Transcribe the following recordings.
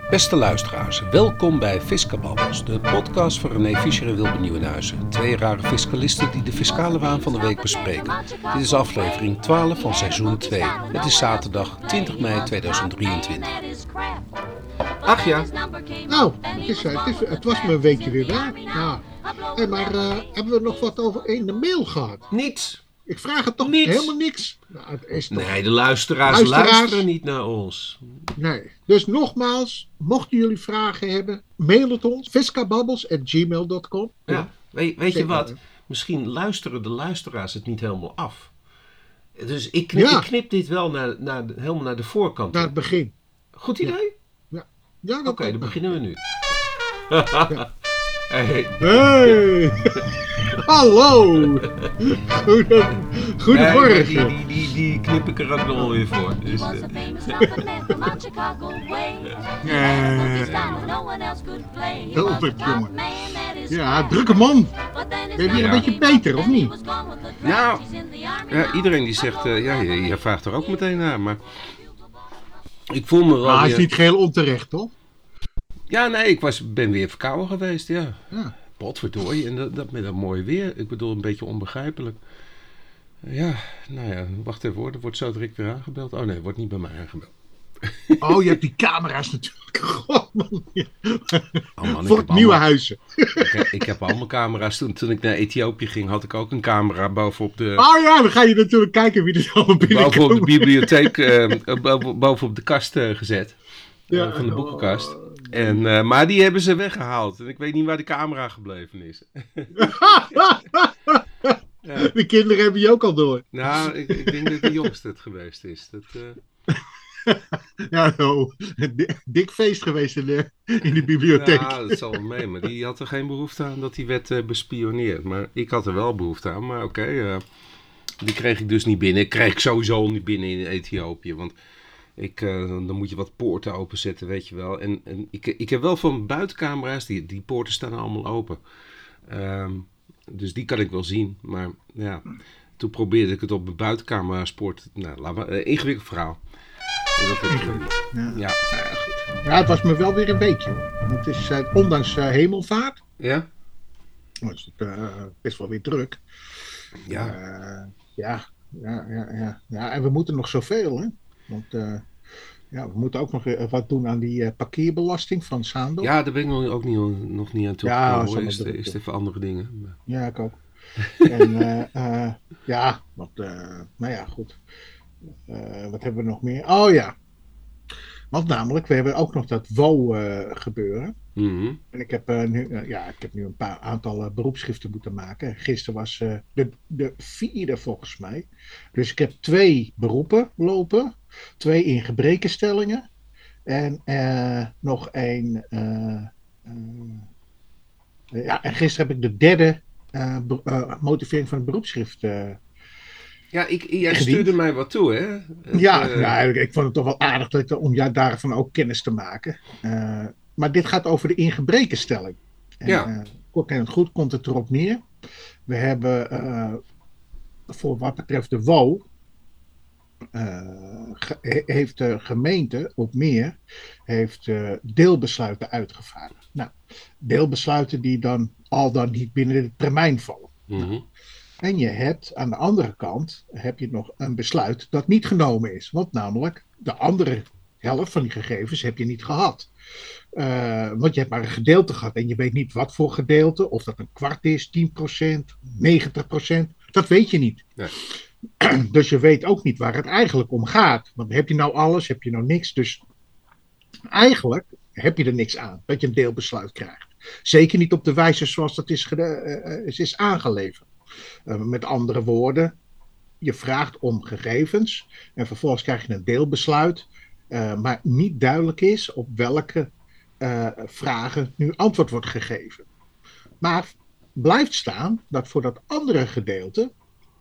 Beste luisteraars, welkom bij Fiscababbels, de podcast van René Fischer en Wilbert Nieuwenhuizen. Twee rare fiscalisten die de fiscale waan van de week bespreken. Dit is aflevering 12 van seizoen 2. Het is zaterdag 20 mei 2023. Ach ja. Nou, het was me een weekje weer waar. Ja. Hey, maar hebben we nog wat over in de mail gehad? Niets. Ik vraag het toch Niets. Helemaal niks? Nou, het is toch... Nee, de luisteraars luisteren niet naar ons. Nee. Dus nogmaals, mochten jullie vragen hebben, mail het ons. fiscababbels@gmail.com. Ja, weet je wat? Misschien luisteren de luisteraars het niet helemaal af. Dus ik knip dit wel helemaal naar de voorkant. Naar het begin. Goed idee? Ja, Oké, dan beginnen we nu. Ja. Hey. Hallo! Goedemorgen. Die knip ik er ook nog wel weer voor. Dus, jongen. Ja, drukke man. Ben je weer een beetje beter, of niet? Nou, iedereen die zegt, je vraagt er ook meteen naar, maar ik voel me wel Hij weer... is niet geheel onterecht, toch? Ja, nee, ben weer verkouden geweest, ja. Ja. Potverdorie, en dat met dat mooie weer. Ik bedoel, een beetje onbegrijpelijk. Ja, nou ja, wacht even hoor. Er wordt zo direct weer aangebeld. Oh nee, wordt niet bij mij aangebeld. Oh, je hebt die camera's natuurlijk. God, man. Oh man, Voor het nieuwe huizen. Ik heb allemaal camera's. Toen ik naar Ethiopië ging, had ik ook een camera bovenop de... Oh ja, dan ga je natuurlijk kijken wie er allemaal binnenkomt. Bovenop de bibliotheek, bovenop de kast gezet. Ja. Van de boekenkast. Maar die hebben ze weggehaald. En ik weet niet waar de camera gebleven is. Ja. De kinderen hebben je ook al door. Nou, ik denk dat de jongste het geweest is. Ja, dik feest geweest in de bibliotheek. Ja, dat zal wel mee. Maar die had er geen behoefte aan dat hij werd bespioneerd. Maar ik had er wel behoefte aan. Maar oké, die kreeg ik dus niet binnen. Ik kreeg ik sowieso niet binnen in Ethiopië. Want dan moet je wat poorten openzetten, weet je wel. En ik heb wel van buitencamera's, die poorten staan allemaal open. Dus die kan ik wel zien. Maar ja, toen probeerde ik het op mijn buitencamera's poort. Nou, laat maar, ingewikkeld verhaal. Dat weet ik niet. Ja, goed. Ja, het was me wel weer een beetje. Het is ondanks hemelvaart. Ja? Was het best wel weer druk. Ja. Ja, en we moeten nog zoveel, hè. Want we moeten ook nog wat doen aan die parkeerbelasting van Saandel. Ja, daar ben ik ook nog niet aan toe gekomen. Is even andere dingen. Ja, ik ook. En nou ja, goed. Wat hebben we nog meer? Oh ja. Want namelijk, we hebben ook nog dat WO gebeuren. Mm-hmm. En ik heb nu een aantal beroepsschriften moeten maken. Gisteren was de 4e volgens mij. Dus ik heb 2 beroepen lopen. 2 in gebrekenstellingen. En nog 1... en gisteren heb ik de 3e motivering van het beroepsschrift Ja, jij stuurde mij wat toe, hè? Ik vond het toch wel aardig om daarvan ook kennis te maken. Maar dit gaat over de ingebrekenstelling. Kort en het goed komt het erop neer. We hebben voor wat betreft de WO... heeft de gemeente op Meer deelbesluiten uitgevaardigd. Nou, deelbesluiten die dan al dan niet binnen de termijn vallen. Mm-hmm. En je hebt aan de andere kant nog een besluit dat niet genomen is. Want namelijk de andere helft van die gegevens heb je niet gehad. Want je hebt maar een gedeelte gehad en je weet niet wat voor gedeelte. Of dat een kwart is, 10%, 90%. Dat weet je niet. Nee. Dus je weet ook niet waar het eigenlijk om gaat. Want heb je nou alles, heb je nou niks. Dus eigenlijk heb je er niks aan dat je een deelbesluit krijgt. Zeker niet op de wijze zoals dat is aangeleverd. Met andere woorden, je vraagt om gegevens en vervolgens krijg je een deelbesluit, maar niet duidelijk is op welke vragen nu antwoord wordt gegeven. Maar blijft staan dat voor dat andere gedeelte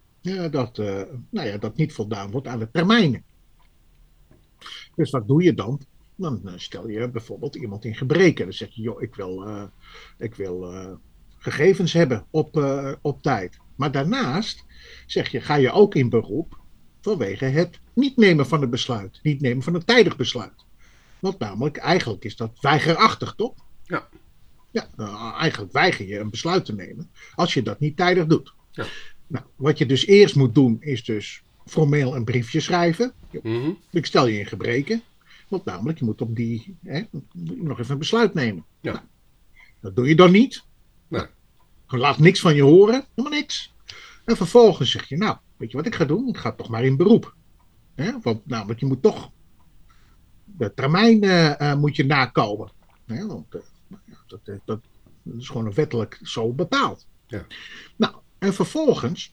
dat niet voldaan wordt aan de termijnen. Dus wat doe je dan? Dan stel je bijvoorbeeld iemand in gebreken. Dan zeg je, joh, ik wil gegevens hebben op tijd. Maar daarnaast zeg je, ga je ook in beroep vanwege het niet nemen van het besluit. Niet nemen van een tijdig besluit. Want namelijk, eigenlijk is dat weigerachtig, toch? Ja. Ja, eigenlijk weiger je een besluit te nemen als je dat niet tijdig doet. Ja. Nou, wat je dus eerst moet doen, is dus formeel een briefje schrijven. Mhm. Ik stel je in gebreken. Want namelijk, je moet op die nog even een besluit nemen. Ja. Nou, dat doe je dan niet. Nee. Laat niks van je horen, helemaal niks. En vervolgens zeg je, nou, weet je wat ik ga doen? Ik ga toch maar in beroep. Want namelijk, je moet toch de termijn moet je nakomen. Want dat is gewoon wettelijk zo bepaald. Ja. Nou, en vervolgens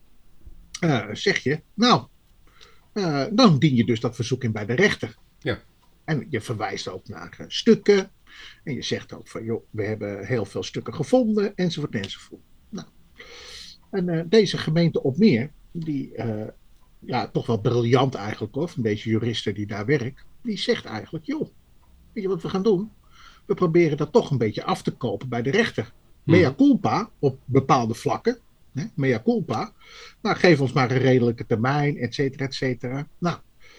zeg je, nou, dan dien je dus dat verzoek in bij de rechter. Ja. En je verwijst ook naar stukken. En je zegt ook van, joh, we hebben heel veel stukken gevonden, enzovoort, enzovoort. Nou, en deze gemeente Opmeer, die toch wel briljant eigenlijk hoor, van deze juristen die daar werkt, die zegt eigenlijk, joh, weet je wat we gaan doen? We proberen dat toch een beetje af te kopen bij de rechter. Mea culpa op bepaalde vlakken. Mea culpa. Nou, geef ons maar een redelijke termijn, et cetera, et cetera. Nou,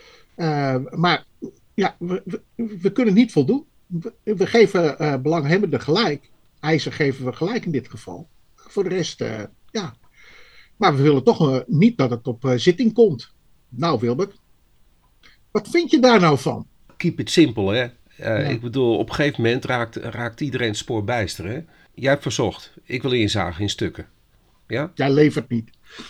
maar ja, we kunnen niet voldoen. We geven belanghebbenden gelijk. Eisen geven we gelijk in dit geval. Voor de rest, ja. Maar we willen toch niet dat het op zitting komt. Nou, Wilbert, wat vind je daar nou van? Keep it simple, hè. Ik bedoel, op een gegeven moment raakt iedereen het spoor bijster, hè. Jij hebt verzocht, ik wil inzagen in stukken. Ja? Jij levert niet.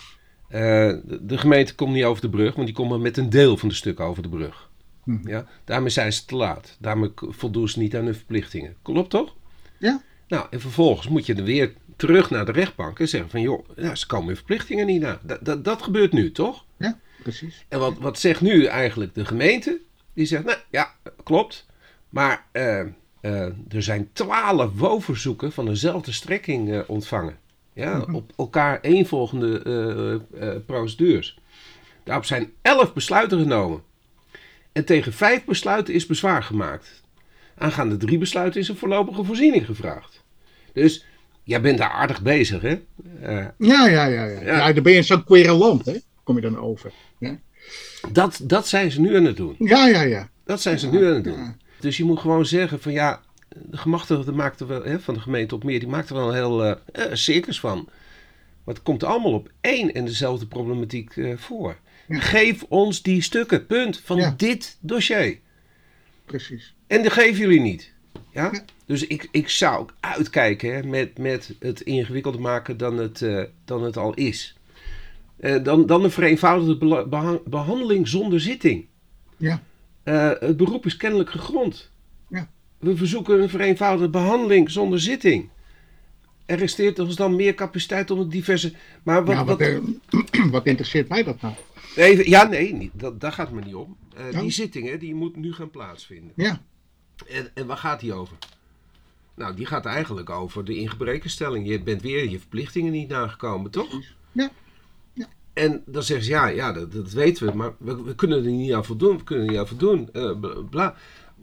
De gemeente komt niet over de brug, want die komen met een deel van de stukken over de brug. Ja? Daarmee zijn ze te laat. Daarmee voldoen ze niet aan hun verplichtingen. Klopt toch? Ja. Nou, en vervolgens moet je er weer terug naar de rechtbank en zeggen van, joh, ze komen hun verplichtingen niet na. Dat gebeurt nu, toch? Ja, precies. En wat zegt nu eigenlijk de gemeente? Die zegt, nou ja, klopt. Maar er zijn 12 woonverzoeken van dezelfde strekking ontvangen. Ja, op elkaar eenvolgende procedures. Daarop zijn 11 besluiten genomen. En tegen 5 besluiten is bezwaar gemaakt. Aangaande 3 besluiten is een voorlopige voorziening gevraagd. Dus jij bent daar aardig bezig, hè? Ja, dan ben je in zo'n quereland, hè? Kom je dan over. Ja? Dat zijn ze nu aan het doen. Ja. Dat zijn ze nu aan het doen. Ja. Dus je moet gewoon zeggen van ja, de gemachtigde maakt er wel, van de gemeente Opmeer, die maakt er wel een heel circus van. Maar het komt allemaal op één en dezelfde problematiek voor. Ja. Geef ons die stukken, punt, van dit dossier. Precies. En die geven jullie niet. Ja? Dus ik zou ook uitkijken met het ingewikkelder maken dan het al is. Dan een vereenvoudigde behandeling zonder zitting. Ja. Het beroep is kennelijk gegrond. Ja. We verzoeken een vereenvoudigde behandeling zonder zitting. Er resteert ons dan meer capaciteit om het diverse... Maar wat interesseert mij dat nou? Nee, daar gaat het me niet om. Die zitting die moet nu gaan plaatsvinden. Ja. En waar gaat die over? Nou, die gaat eigenlijk over de ingebrekenstelling. Je bent weer je verplichtingen niet nagekomen, toch? Ja. En dan zeggen ze, ja, dat weten we, maar we kunnen er niet aan voldoen. Bla.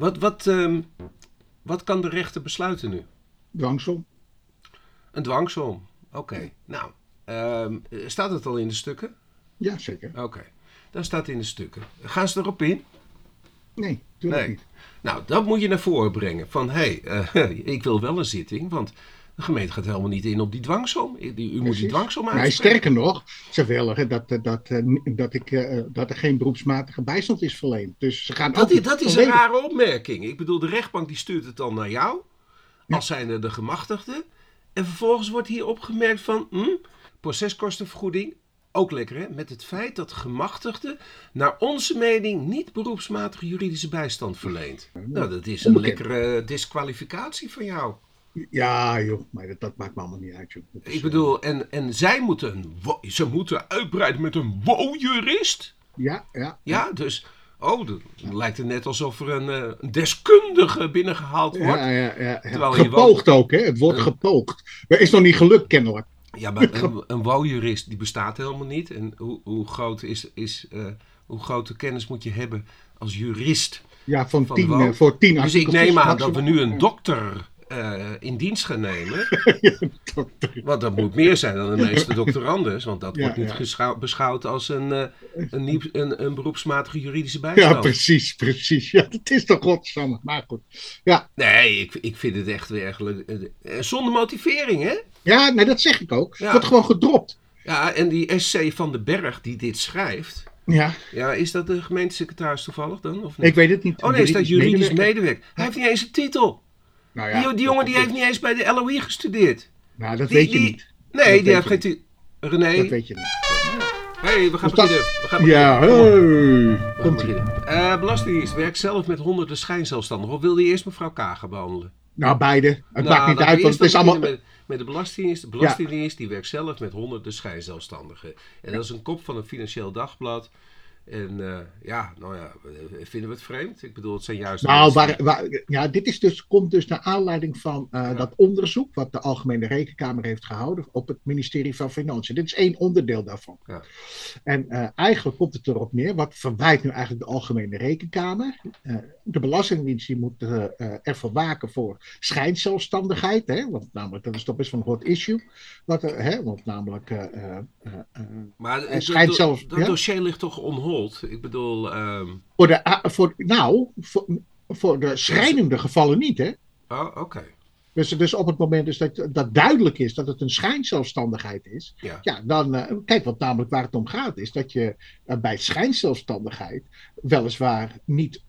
Wat kan de rechter besluiten nu? Dwangsom. Een dwangsom, oké. Nou, staat het al in de stukken? Ja, zeker. Oké, dan staat het in de stukken. Gaan ze erop in? Nee, natuurlijk niet. Nou, dat moet je naar voren brengen. Van, ik wil wel een zitting, want... De gemeente gaat helemaal niet in op die dwangsom. U moet die dwangsom uitspreken. Nee, sterker nog, ze willen dat er geen beroepsmatige bijstand is verleend. Dus ze gaan dat is een rare opmerking. Ik bedoel, de rechtbank die stuurt het dan naar jou. Als zijnde de gemachtigde. En vervolgens wordt hier opgemerkt van... proceskostenvergoeding, ook lekker hè. Met het feit dat gemachtigde naar onze mening niet beroepsmatige juridische bijstand verleent. Nou, dat is een lekkere disqualificatie van jou. Ja, joh, maar dat maakt me allemaal niet uit, joh. Ik bedoel, en zij moeten uitbreiden met een woonjurist? Ja. Ja, dus, dan lijkt het net alsof er een deskundige binnengehaald wordt. Ja. Gepoogd ook, hè? Het wordt gepoogd. Maar is nog niet gelukt, kennelijk. Ja, maar een woonjurist, die bestaat helemaal niet. En hoe grote kennis moet je hebben als jurist? Ja, voor 10 Dus ik neem aan dat we nu een dokter in dienst gaan nemen. Ja, dokter. Want dat moet meer zijn dan de meeste doctorandus. Want dat wordt niet beschouwd als een beroepsmatige juridische bijstand. Ja, precies. Ja, dat is toch godsamme. Maar goed. Ja. Nee, ik vind het echt werkelijk... zonder motivering, hè? Ja, nee, dat zeg ik ook. Ja. Het wordt gewoon gedropt. Ja, en die SC van den Berg die dit schrijft... Ja. Ja, is dat de gemeentesecretaris toevallig dan? Of niet? Ik weet het niet. Oh nee, is dat juridisch medewerker? Hij heeft niet eens een titel. Nou ja, Die jongen die heeft niet eens bij de LOE gestudeerd. Nou, dat weet je niet. Nee, die heeft geen titel. René. Dat weet je niet. Hé, we gaan beginnen. Ja, Komt-ie. Belastingdienst werkt zelf met honderden schijnzelfstandigen. Of wilde je eerst mevrouw Kagen behandelen? Nou, beide. Het maakt niet uit, want het is allemaal... Met de Belastingdienst. De Belastingdienst die werkt zelf met honderden schijnzelfstandigen. En dat is een kop van een Financieel Dagblad. En vinden we het vreemd? Ik bedoel, het zijn juist... Nou, dit komt dus naar aanleiding van dat onderzoek wat de Algemene Rekenkamer heeft gehouden op het ministerie van Financiën. Dit is één onderdeel daarvan. Ja. En eigenlijk komt het erop neer, wat verwijt nu eigenlijk de Algemene Rekenkamer? De Belastingdienst die moet ervoor waken voor schijnzelfstandigheid, hè? Want namelijk, dat is toch best wel een hot issue. Want namelijk... maar dat dossier ligt toch onhold? Ik bedoel... Voor de schrijnende gevallen niet, hè? Oh, oké. Dus op het moment dus dat duidelijk is dat het een schijnzelfstandigheid is, dan, kijk, wat namelijk waar het om gaat, is dat je bij schijnzelfstandigheid weliswaar niet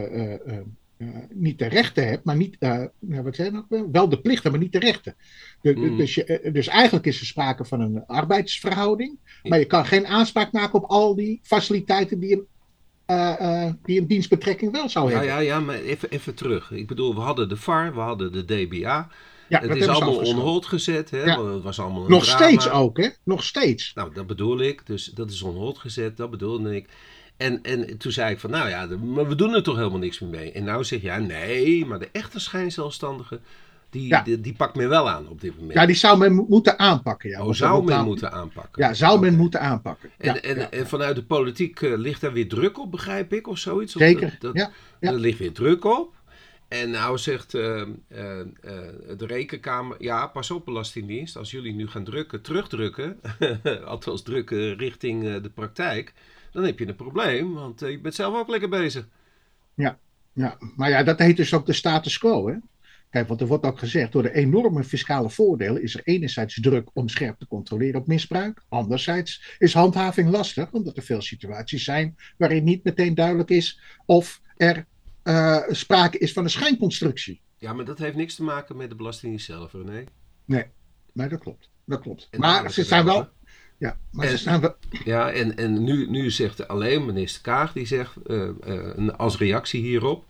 de rechten hebt, maar niet, wat zei je nog? Wel de plichten, maar niet de rechten. Dus eigenlijk is er sprake van een arbeidsverhouding, maar je kan geen aanspraak maken op al die faciliteiten die een dienstbetrekking wel zou hebben. Ja, maar even terug. Ik bedoel, we hadden de VAR, we hadden de DBA. Ja, het is allemaal on hold gezet. Hè? Ja. Het was allemaal een nog drama. Steeds ook, hè? Nog steeds. Nou, dat bedoel ik. Dus dat is on hold gezet, dat bedoelde ik. En toen zei ik van, maar we doen er toch helemaal niks meer mee. En nou zeg je, nee, maar de echte schijnzelfstandigen, die pakt men wel aan op dit moment. Ja, die zou men moeten aanpakken. Ja. Zou men moeten aanpakken? Ja, zou men moeten aanpakken. En vanuit de politiek ligt daar weer druk op, begrijp ik, of zoiets? Zeker, Er ligt weer druk op. En nou zegt de Rekenkamer, ja, pas op Belastingdienst, als jullie nu gaan terugdrukken, althans drukken richting de praktijk, dan heb je een probleem, want je bent zelf ook lekker bezig. Ja, maar dat heet dus ook de status quo, hè? Kijk, want er wordt ook gezegd, door de enorme fiscale voordelen is er enerzijds druk om scherp te controleren op misbruik. Anderzijds is handhaving lastig, omdat er veel situaties zijn waarin niet meteen duidelijk is of er sprake is van een schijnconstructie. Ja, maar dat heeft niks te maken met de Belastingdienst zelf, René. Nee, dat klopt. Maar ze zijn wel... Ja, maar ze staan wel... Ja, en nu zegt alleen minister Kaag, die zegt als reactie hierop...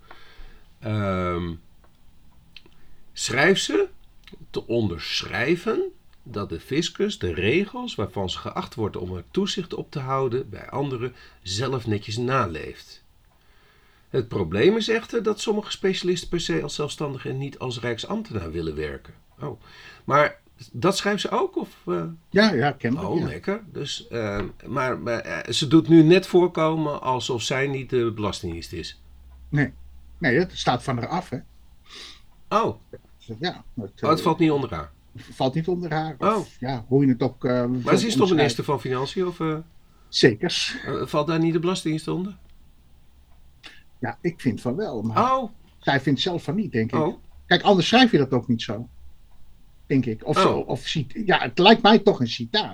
schrijf ze te onderschrijven dat de fiscus de regels waarvan ze geacht wordt om er toezicht op te houden bij anderen zelf netjes naleeft. Het probleem is echter dat sommige specialisten per se als zelfstandige en niet als rijksambtenaar willen werken. Oh, maar dat schrijft ze ook? Of, Ja, kennelijk. Oh, lekker. Dus, maar ze doet nu net voorkomen alsof zij niet de Belastingdienst is. Nee, het staat van haar af, hè. Oh. Ja, het valt niet onder haar? Valt niet onder haar. Of, ja, hoe je het ook... maar ze is toch minister van Financiën? Of, Zekers. Valt daar niet de Belastingdienst onder? Ja, ik vind van wel. Maar zij vindt zelf van niet, denk ik. Oh. Kijk, anders schrijf je dat ook niet zo. Denk ik. Het lijkt mij toch een citaat.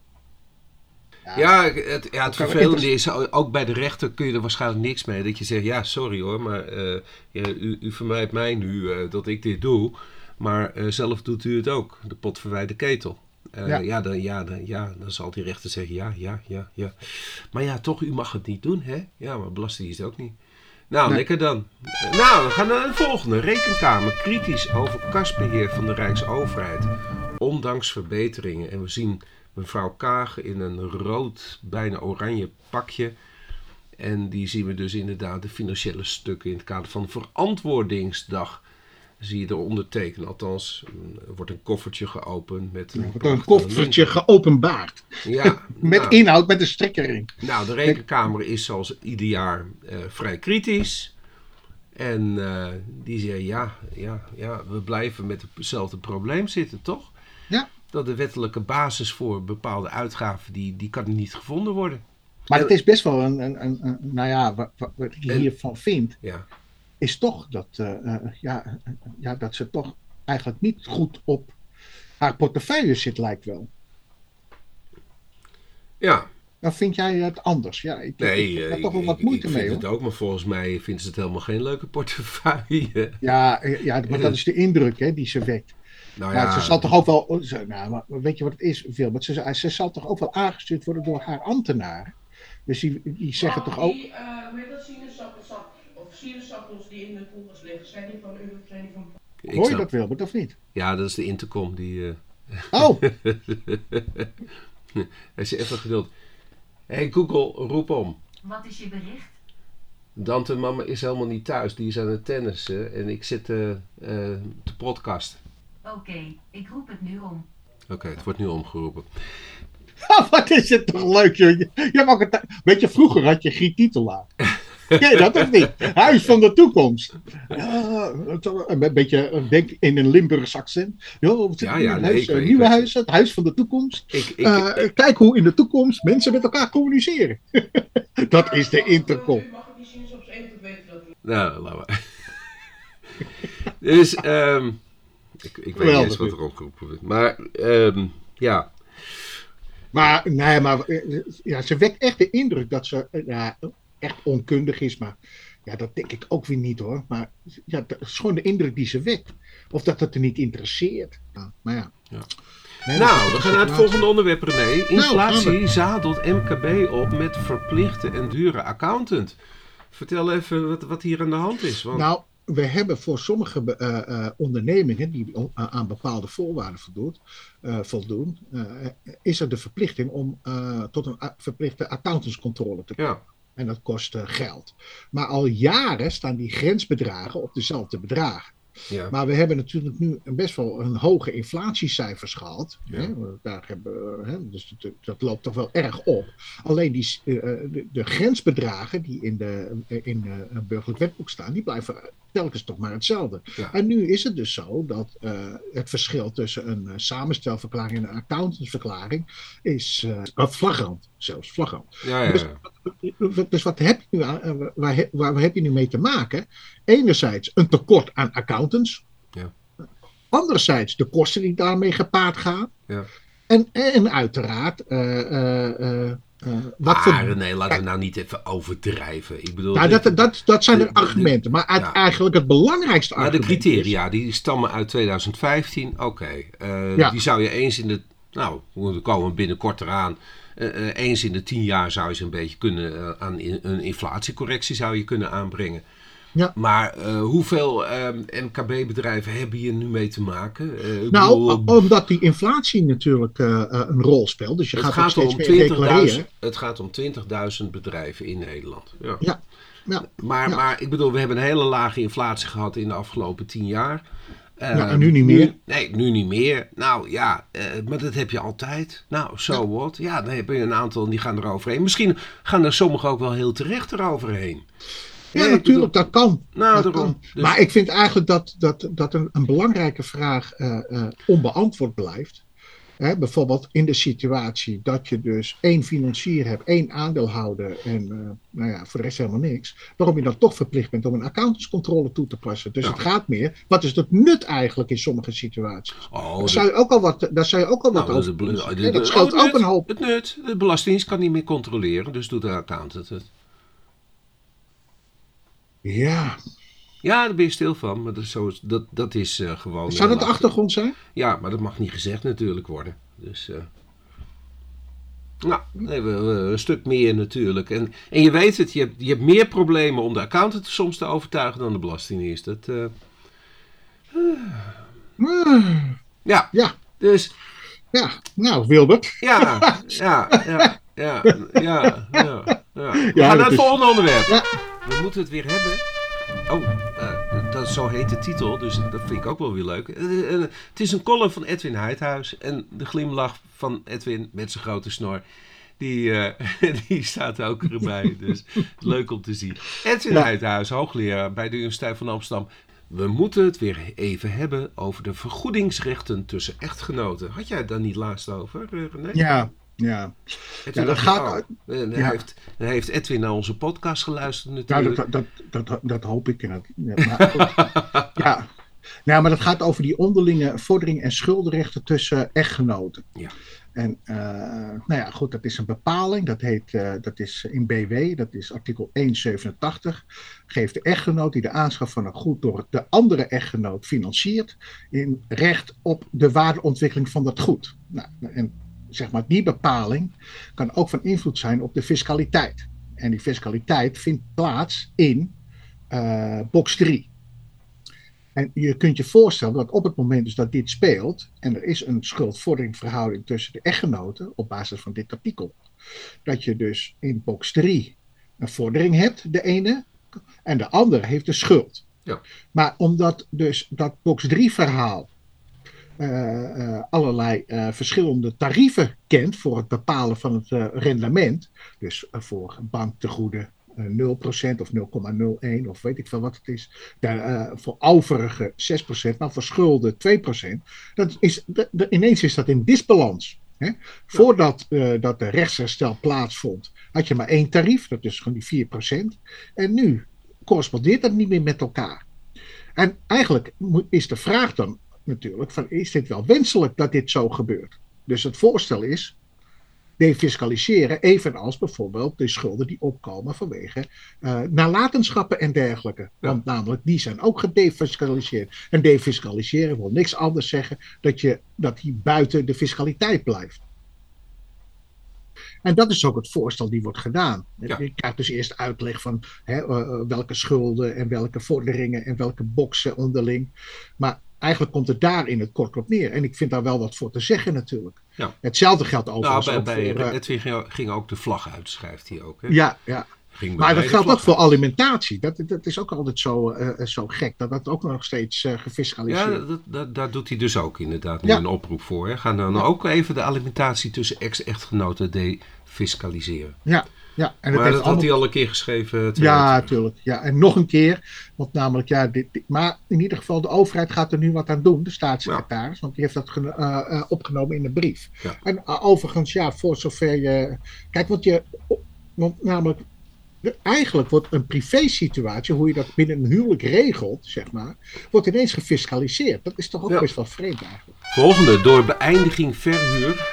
Het vervelende is, ook bij de rechter kun je er waarschijnlijk niks mee. Dat je zegt, ja, sorry hoor, maar u vermijdt mij nu dat ik dit doe. Maar zelf doet u het ook. De pot verwijt de ketel. Dan zal die rechter zeggen, ja. Maar ja, toch, u mag het niet doen, hè? Ja, maar Belastingdienst ook niet. Nou, nee. Lekker dan. Nou, we gaan naar de volgende. Rekenkamer kritisch over kasbeheer van de Rijksoverheid. Ondanks verbeteringen. En we zien mevrouw Kaag in een rood, bijna oranje pakje. En die zien we dus inderdaad de financiële stukken in het kader van Verantwoordingsdag. Zie je er ondertekenen. Althans, er wordt een koffertje geopend. Een koffertje geopenbaard. Ja, met inhoud, met een strik erin. Nou, de Rekenkamer is zoals ieder jaar vrij kritisch. En die zei, ja, we blijven met hetzelfde probleem zitten, toch? Ja. Dat de wettelijke basis voor bepaalde uitgaven, die kan niet gevonden worden. Maar het is best wel nou ja, wat ik hiervan vind, Ja. is toch dat, dat ze toch eigenlijk niet goed op haar portefeuille zit, lijkt wel. Ja. Dan vind jij het anders? Ja, ik heb toch wel wat moeite mee, hoor. Ik vind hoor. het ook, maar volgens mij vindt ze het helemaal geen leuke portefeuille. Ja, maar dat is de indruk, hè, die ze wekt. Nou Maar ja, ze zal toch ook wel, maar weet je wat het is, Wilbert? Ze zal toch ook wel aangestuurd worden door haar ambtenaren? Dus die zeggen toch ook... Hoe heet dat, sinaasappelsap, of sinaasappels die in de koelkast liggen, zijn die van u of zijn die van... Hoor je dat, Wilbert, of niet? Ja, dat is de intercom die... Oh! Hij is even geduld. Hey Google, roep om. Wat is je bericht? Dante mama is helemaal niet thuis, die is aan het tennissen en ik zit te podcasten. Oké, ik roep het nu om. Oké, het wordt nu omgeroepen. Wat is het toch leuk, joh. Weet je, vroeger had je Giet Titelaar. Ken je dat of niet? Huis van de toekomst. Een beetje, denk in een Limburgs accent. Nieuwe huis, het huis van de toekomst. Kijk hoe in de toekomst mensen met elkaar communiceren. Dat is de intercom. U mag het niet zien op z'n eten, weet je dat niet. Nou, laat maar. Dus, ik weet niet eens wat er opgeroepen wordt. Maar, ja. Maar, nee, ze wekt echt de indruk dat ze echt onkundig is. Maar ja, dat denk ik ook weer niet, hoor. Maar ja, dat is gewoon de indruk die ze wekt. Of dat het er niet interesseert. Maar ja. Nee, nou, we gaan naar het volgende onderwerp, René. Inflatie Nou, zadelt MKB op met verplichte en dure accountant. Vertel even wat hier aan de hand is. Want... Nou, we hebben voor sommige ondernemingen die aan bepaalde voorwaarden voldoen, is er de verplichting om tot een verplichte accountantscontrole te komen. Ja. En dat kost geld. Maar al jaren staan die grensbedragen op dezelfde bedragen. Ja. Maar we hebben natuurlijk nu best wel een hoge inflatiecijfers gehad. Ja. Dus dat loopt toch wel erg op. Alleen de grensbedragen die in een burgerlijk wetboek staan, die blijven telkens toch maar hetzelfde. Ja. En nu is het dus zo dat het verschil tussen een samenstelverklaring en een accountantsverklaring is flagrant. Zelfs flagrant. Ja. Dus wat heb je nu waar heb je nu mee te maken? Enerzijds een tekort aan accountants. Ja. Anderzijds de kosten die daarmee gepaard gaan. Ja. En uiteraard... Nee, laten we nou niet even overdrijven. Ik bedoel, dat zijn de argumenten. Maar eigenlijk het belangrijkste argument de criteria, die stammen uit 2015. Oké. Die zou je eens in de... Nou, we komen binnenkort eraan. Eens in de 10 jaar zou je ze een beetje kunnen... aan een inflatiecorrectie zou je kunnen aanbrengen. Ja. Maar hoeveel MKB-bedrijven hebben hier nu mee te maken? Omdat die inflatie natuurlijk een rol speelt. Dus je gaat ook steeds meer declareren. Het gaat om 20.000 bedrijven in Nederland. Ja. Maar ik bedoel, we hebben een hele lage inflatie gehad in de afgelopen 10 jaar. En nu niet meer. Nu niet meer. Nou ja, maar dat heb je altijd. Nou, what? Ja, dan heb je een aantal die gaan eroverheen. Misschien gaan er sommigen ook wel heel terecht eroverheen. Ja, natuurlijk, dat kan. Nou, dat daarom. kan. Dus... Maar ik vind eigenlijk dat een belangrijke vraag onbeantwoord blijft. Bijvoorbeeld in de situatie dat je dus 1 financier hebt, 1 aandeelhouder en voor de rest helemaal niks. Waarom je dan toch verplicht bent om een accountantscontrole toe te passen. Dus het gaat meer, wat is het nut eigenlijk in sommige situaties? Daar zou je ook al wat over doen. Dat scheelt ook een hoop. Het nut, de Belastingdienst kan niet meer controleren, dus doet de accountant het. Ja. Ja, daar ben je stil van, maar dat is gewoon... Zou dat de achtergrond zijn? Ja, maar dat mag niet gezegd natuurlijk worden. Dus, een stuk meer natuurlijk. En je weet het, je hebt meer problemen om de accountant soms te overtuigen dan de Belastingdienst. Ja. Dus... Ja, nou Wilbert. Ja. We gaan naar het volgende onderwerp. Ja. We moeten het weer hebben. Zo heet de titel, dus dat vind ik ook wel weer leuk. Het is een column van Edwin Heithuis en de glimlach van Edwin met zijn grote snor. die staat ook erbij. Dus leuk om te zien. Edwin Uithuis, hoogleraar bij de Universiteit van Amsterdam. We moeten het weer even hebben over de vergoedingsrechten tussen echtgenoten. Had jij het daar niet laatst over, René? Ja. Dat gaat... Heeft Edwin naar onze podcast geluisterd natuurlijk? Dat hoop ik. Ja, maar dat gaat over die onderlinge vordering en schuldenrechten tussen echtgenoten. Ja. En goed, dat is een bepaling. Dat is in BW, dat is artikel 187. Geeft de echtgenoot die de aanschaf van een goed door de andere echtgenoot financiert, in recht op de waardeontwikkeling van dat goed. Nou, en zeg maar, die bepaling kan ook van invloed zijn op de fiscaliteit. En die fiscaliteit vindt plaats in box 3. En je kunt je voorstellen dat op het moment dus dat dit speelt, en er is een schuldvorderingverhouding tussen de echtgenoten op basis van dit artikel, dat je dus in box 3 een vordering hebt, de ene, en de andere heeft de schuld. Ja. Maar omdat dus dat box 3 verhaal allerlei verschillende tarieven kent voor het bepalen van het rendement, dus voor banktegoeden 0% of 0,01 of weet ik veel wat het is. Voor overige 6%, maar voor schulden 2%. Ineens is dat in disbalans. Hè? Voordat dat de rechtsherstel plaatsvond, had je maar één tarief, dat is gewoon die 4%. En nu correspondeert dat niet meer met elkaar. En eigenlijk is de vraag dan natuurlijk, is dit wel wenselijk dat dit zo gebeurt? Dus het voorstel is defiscaliseren, evenals bijvoorbeeld de schulden die opkomen vanwege nalatenschappen en dergelijke. Ja. Want namelijk, die zijn ook gedefiscaliseerd. En defiscaliseren wil niks anders zeggen dat die buiten de fiscaliteit blijft. En dat is ook het voorstel die wordt gedaan. Ja. Je krijgt dus eerst uitleg van welke schulden en welke vorderingen en welke boxen onderling. Maar eigenlijk komt het daar in het kort op neer. En ik vind daar wel wat voor te zeggen natuurlijk. Ja. Hetzelfde geldt overigens ook bij voor... Edwin ging ook de vlag uit, schrijft hij ook. Hè? Ja. Maar dat geldt ook voor alimentatie. Dat is ook altijd zo gek. Dat ook nog steeds gefiscaliseerd. Ja, daar doet hij dus ook inderdaad nu een oproep voor. Hè? Gaan dan ook even de alimentatie tussen ex-echtgenoten defiscaliseren. Ja. En maar dat had hij al een keer geschreven. Ja, natuurlijk. Ja, en nog een keer. Want namelijk, maar in ieder geval, de overheid gaat er nu wat aan doen. De staatssecretaris. Want die heeft dat opgenomen in de brief. Ja. En overigens, voor zover je... Kijk, want namelijk... Eigenlijk wordt een privé-situatie, hoe je dat binnen een huwelijk regelt, zeg maar, wordt ineens gefiscaliseerd. Dat is toch ook best wel vreemd eigenlijk. Volgende, door beëindiging verhuur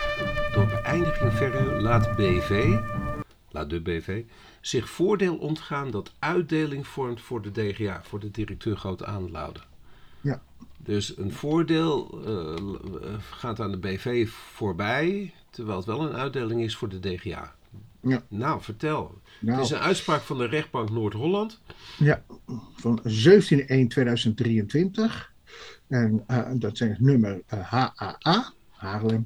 laat de BV zich voordeel ontgaan dat uitdeling vormt voor de DGA, voor de directeur grote aandeelhouder. Ja. Dus een voordeel gaat aan de BV voorbij, terwijl het wel een uitdeling is voor de DGA. Ja. Nou, vertel. Het is een uitspraak van de rechtbank Noord-Holland. Ja, van 17/1/2023. En dat zijn het nummer HAA, Haarlem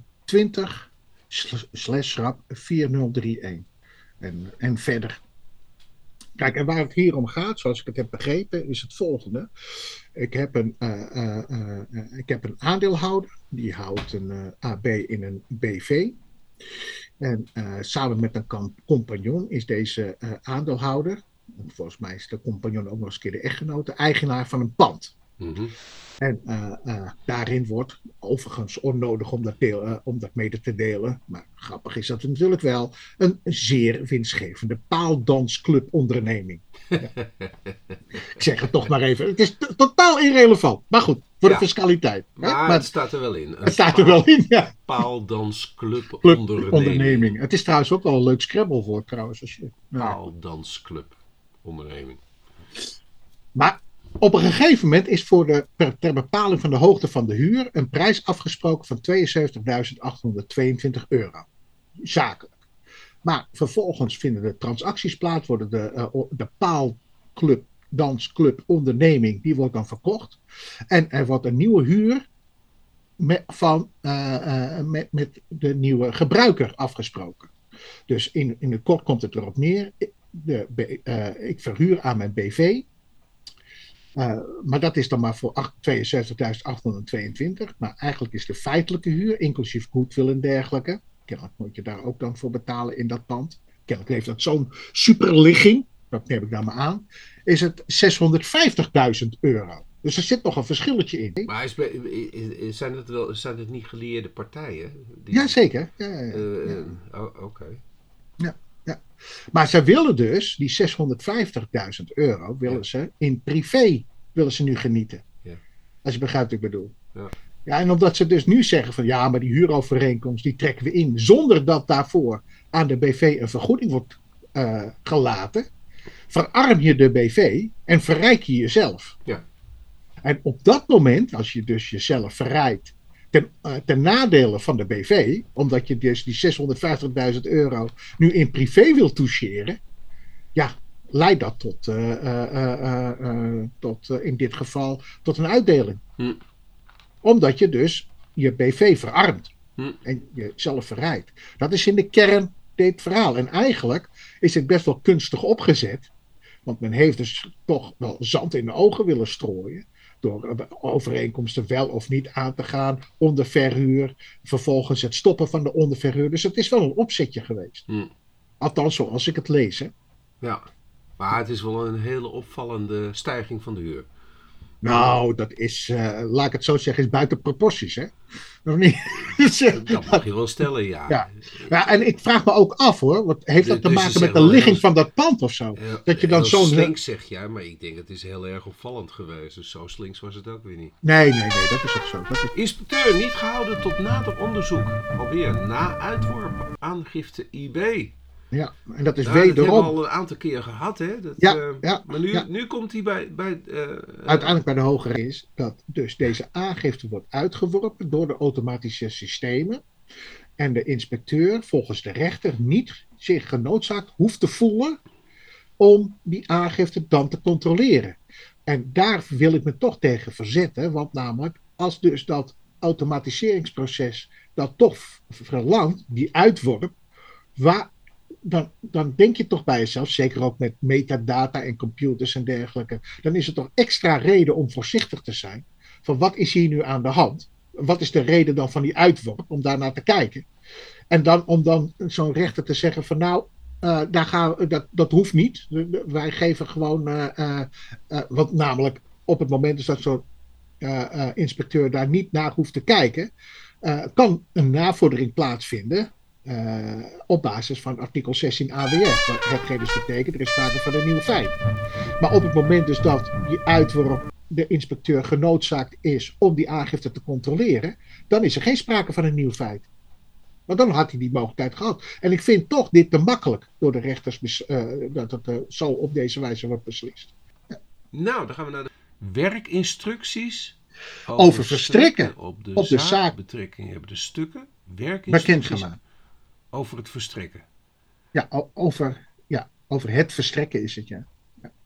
20/4031. En verder. Kijk, en waar het hier om gaat, zoals ik het heb begrepen, is het volgende. Ik heb een aandeelhouder, die houdt een AB in een BV. En samen met een compagnon is deze aandeelhouder, volgens mij is de compagnon ook nog eens een keer de echtgenote, eigenaar van een pand. Mm-hmm. En daarin wordt, overigens onnodig om dat mede te delen, maar grappig is dat het natuurlijk wel, een zeer winstgevende paaldansclubonderneming. Ja. Ik zeg het toch maar even, het is totaal irrelevant, maar goed, voor de fiscaliteit. Maar het staat er wel in. Het staat er wel in, ja. Paaldansclubonderneming. Het is trouwens ook wel een leuk Scrabble-woord trouwens. Paaldansclubonderneming. Maar op een gegeven moment is ter bepaling van de hoogte van de huur een prijs afgesproken van €72.822. Zakelijk. Maar vervolgens vinden de transacties plaats, worden de paalclub, dansclub, onderneming, die wordt dan verkocht. En er wordt een nieuwe huur met de nieuwe gebruiker afgesproken. Dus in het kort komt het erop neer. Ik verhuur aan mijn BV. Maar dat is dan maar voor €72.822. Maar eigenlijk is de feitelijke huur, inclusief goodwill en dergelijke, Kennelijk moet je daar ook dan voor betalen in dat pand. Kennelijk heeft dat zo'n superligging, dat neem ik dan maar aan, is het €650.000. Dus er zit nog een verschilletje in. Maar zijn het niet gelieerde partijen? Jazeker. Oké. Ja, ja. Maar ze willen dus, die €650.000, willen ze in privé, willen ze nu genieten. Ja. Als je begrijpt wat ik bedoel. Ja. Ja, en omdat ze dus nu zeggen van ja, maar die huurovereenkomst die trekken we in zonder dat daarvoor aan de BV een vergoeding wordt gelaten, verarm je de BV en verrijk je jezelf. Ja. En op dat moment, als je dus jezelf verrijkt ten nadele van de BV, omdat je dus die €650.000 nu in privé wil toucheren, ja, leidt dat tot in dit geval tot een uitdeling. Omdat je dus je BV verarmt en jezelf verrijkt. Dat is in de kern dit verhaal. En eigenlijk is het best wel kunstig opgezet, want men heeft dus toch wel zand in de ogen willen strooien door overeenkomsten wel of niet aan te gaan, onderverhuur, vervolgens het stoppen van de onderverhuur. Dus het is wel een opzetje geweest. Althans, zoals ik het lees. Hè. Ja, maar het is wel een hele opvallende stijging van de huur. Nou, dat is, laat ik het zo zeggen, is buiten proporties, hè? Of niet? Dat mag je wel stellen, ja. Ja, en ik vraag me ook af, hoor. Wat heeft dat te Dus maken met de ligging van dat pand of zo? Dat je dan zo'n slinks zeg jij, maar ik denk het is heel erg opvallend geweest. Dus zo slinks was het ook weer niet. Nee, dat is ook zo. Inspecteur niet gehouden tot nader onderzoek. Alweer na uitworp aangifte IB. Ja, en dat is Dat hebben we wederom al een aantal keer gehad, hè? Maar nu komt hij bij uiteindelijk bij de hogere is dat dus deze aangifte wordt uitgeworpen door de automatische systemen en de inspecteur volgens de rechter niet zich genoodzaakt hoeft te voelen om die aangifte dan te controleren. En daar wil ik me toch tegen verzetten, want namelijk als dus dat automatiseringsproces dat toch verlangt, die uitworp, dan denk je toch bij jezelf, zeker ook met metadata en computers en dergelijke, dan is het toch extra reden om voorzichtig te zijn. Van wat is hier nu aan de hand? Wat is de reden dan van die uitworp om daar naar te kijken? En dan om dan zo'n rechter te zeggen van nou, dat hoeft niet. Wij geven gewoon, want namelijk op het moment dus dat zo'n inspecteur daar niet naar hoeft te kijken, kan een navordering plaatsvinden op basis van artikel 16 AWF. Hetgeen dus betekent, er is sprake van een nieuw feit. Maar op het moment dus dat die uitworp de inspecteur genoodzaakt is om die aangifte te controleren, dan is er geen sprake van een nieuw feit. Maar dan had hij die mogelijkheid gehad. En ik vind toch dit te makkelijk door de rechters dat het zo op deze wijze wordt beslist. Ja. Nou, dan gaan we naar de werkinstructies over verstrekken op de op de zaakbetrekking hebben de stukken bekendgemaakt. Over het verstrekken. Ja, over het verstrekken is het, ja.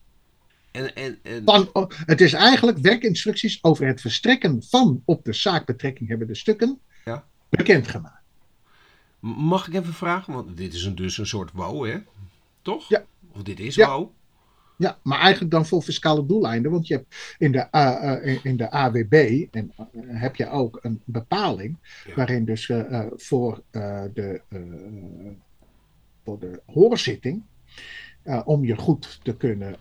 Het is eigenlijk werkinstructies over het verstrekken van op de zaakbetrekking hebben de stukken bekendgemaakt. Mag ik even vragen, want dit is dus een soort WOW, hè? Toch? Ja. Of dit is WOW? Ja, maar eigenlijk dan voor fiscale doeleinden, want je hebt in de AWB heb je ook een bepaling waarin dus voor de hoorzitting, om je goed te kunnen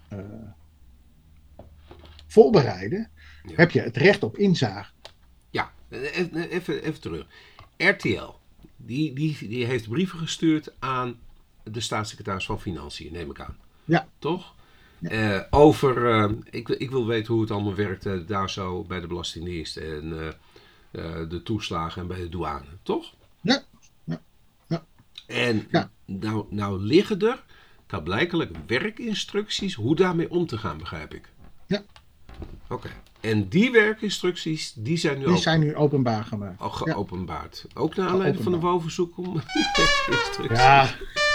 voorbereiden, heb je het recht op inzage. Ja, even terug. RTL, die heeft brieven gestuurd aan de staatssecretaris van Financiën, neem ik aan. Ja. Toch? Ja. Ik wil weten hoe het allemaal werkt daar zo bij de Belastingdienst en de toeslagen en bij de douane, toch? Ja. En nou liggen er klaarblijkelijk werkinstructies hoe daarmee om te gaan, begrijp ik. Ja. Oké. En die werkinstructies, die zijn nu openbaar gemaakt. Al geopenbaard. Ja. Ook naar aanleiding van de WOW-verzoek om instructies. Ja.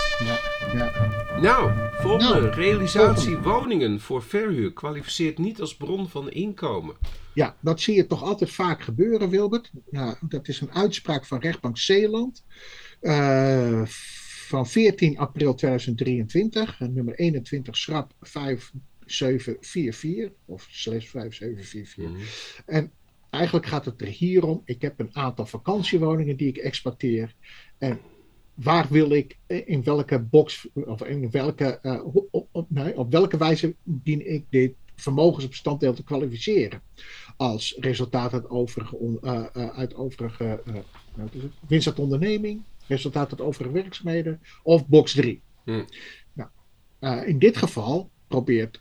Nou, volgende. Realisatie woningen voor verhuur kwalificeert niet als bron van inkomen. Ja, dat zie je toch altijd vaak gebeuren, Wilbert. Ja, dat is een uitspraak van rechtbank Zeeland. Van 14 april 2023. Nummer 21 schrap 5744. Of /5744. En eigenlijk gaat het er hier om. Ik heb een aantal vakantiewoningen die ik exploiteer. En waar wil ik in welke box of in welke, op welke wijze dien ik dit vermogensbestanddeel te kwalificeren als resultaat uit overige wat is het? Winst uit onderneming, resultaat uit overige werkzaamheden of box 3. Nou, in dit geval probeert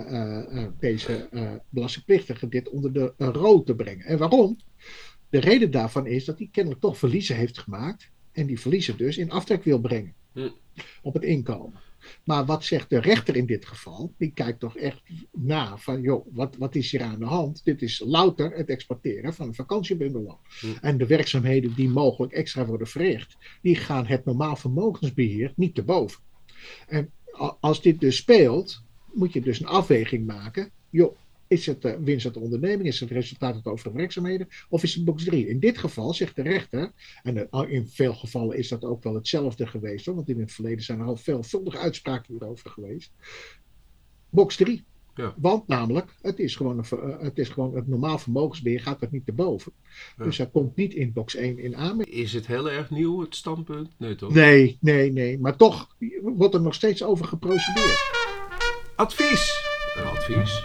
deze belastingplichtige dit onder de rood te brengen. En waarom? De reden daarvan is dat hij kennelijk toch verliezen heeft gemaakt en die verliezen dus in aftrek wil brengen op het inkomen. Maar wat zegt de rechter in dit geval? Die kijkt toch echt na van, joh, wat is hier aan de hand? Dit is louter het exporteren van een vakantiebungalow. En de werkzaamheden die mogelijk extra worden verricht, die gaan het normaal vermogensbeheer niet te boven. En als dit dus speelt, moet je dus een afweging maken. Joh, is het winst uit de onderneming? Is het resultaat uit overige werkzaamheden? Of is het box 3? In dit geval zegt de rechter, en in veel gevallen is dat ook wel hetzelfde geweest, hoor, want in het verleden zijn er al veelvuldige uitspraken hierover geweest. Box 3. Ja. Want namelijk, het is gewoon het normaal vermogensbeheer gaat er niet te boven. Ja. Dus hij komt niet in box 1 in aanmerking. Is het heel erg nieuw, het standpunt? Nee, toch? Nee. Maar toch wordt er nog steeds over geprocedeerd. Advies. Een advies.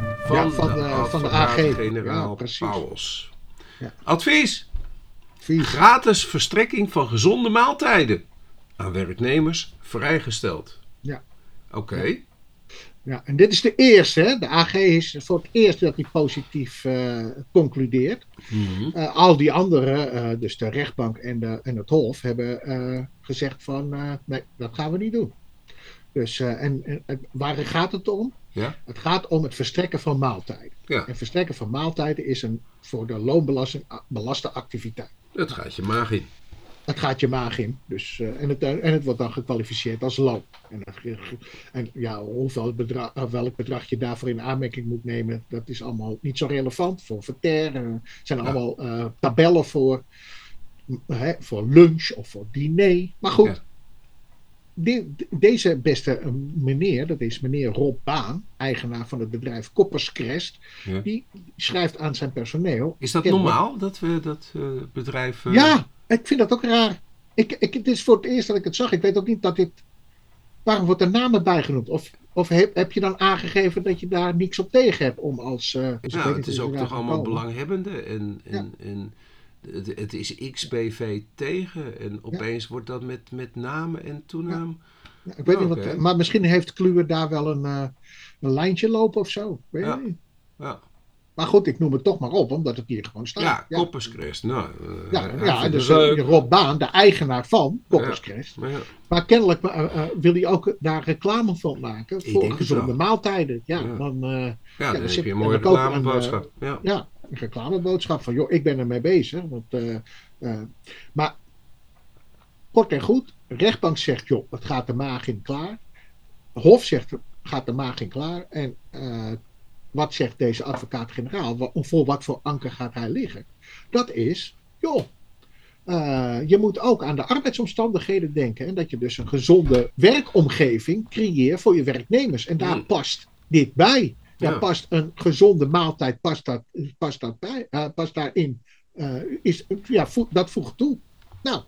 Van de AG. Generaal Pauwels. Ja. Advies. Vies. Gratis verstrekking van gezonde maaltijden aan werknemers vrijgesteld. Ja. Oké. Ja, en dit is de eerste. Hè? De AG is voor het eerst dat hij positief concludeert. Al die anderen, dus de rechtbank en het Hof, hebben gezegd van nee, dat gaan we niet doen. Dus, waar gaat het om? Ja. Het gaat om het verstrekken van maaltijden. Ja. En verstrekken van maaltijden is een voor de loonbelasting belaste activiteit. Het gaat je maag in. Het gaat je maag in. Dus, en het wordt dan gekwalificeerd als loon. En ja, welk bedrag je daarvoor in aanmerking moet nemen, dat is allemaal niet zo relevant. Voor verter zijn er allemaal tabellen voor lunch of voor diner. Maar goed. Ja. Deze beste meneer, dat is meneer Rob Baan, eigenaar van het bedrijf Kopperscrest, die schrijft aan zijn personeel. Is dat normaal dat we dat bedrijf... Ja, ik vind dat ook raar. Het is voor het eerst dat ik het zag. Ik weet ook niet dat dit... Waarom wordt er namen bijgenoemd? Of heb je dan aangegeven dat je daar niks op tegen hebt om als... het is ook toch allemaal belanghebbenden en het is XBV tegen en opeens wordt dat met namen en toenaam. Ja, ik weet niet wat, maar misschien heeft Kluwer daar wel een lijntje lopen of zo. Weet je niet. Ja. Maar goed, ik noem het toch maar op, omdat het hier gewoon staat. Ja, Kopperscrest. Nou, dus Rob Baan, de eigenaar van Kopperscrest. Ja. Maar kennelijk wil hij ook daar reclame van maken voor gezonde maaltijden. Dan heb je een mooie reclameboodschap. Ja, een reclameboodschap van, joh, ik ben ermee bezig. Maar kort en goed, de rechtbank zegt, joh, het gaat de maag in klaar. Hof zegt, gaat de maag in klaar. En wat zegt deze advocaat-generaal? Voor wat voor anker gaat hij liggen? Dat is, joh, je moet ook aan de arbeidsomstandigheden denken. En dat je dus een gezonde werkomgeving creëert voor je werknemers. En daar past dit bij. Daar past een gezonde maaltijd, past daarin. Dat voegt toe. Nou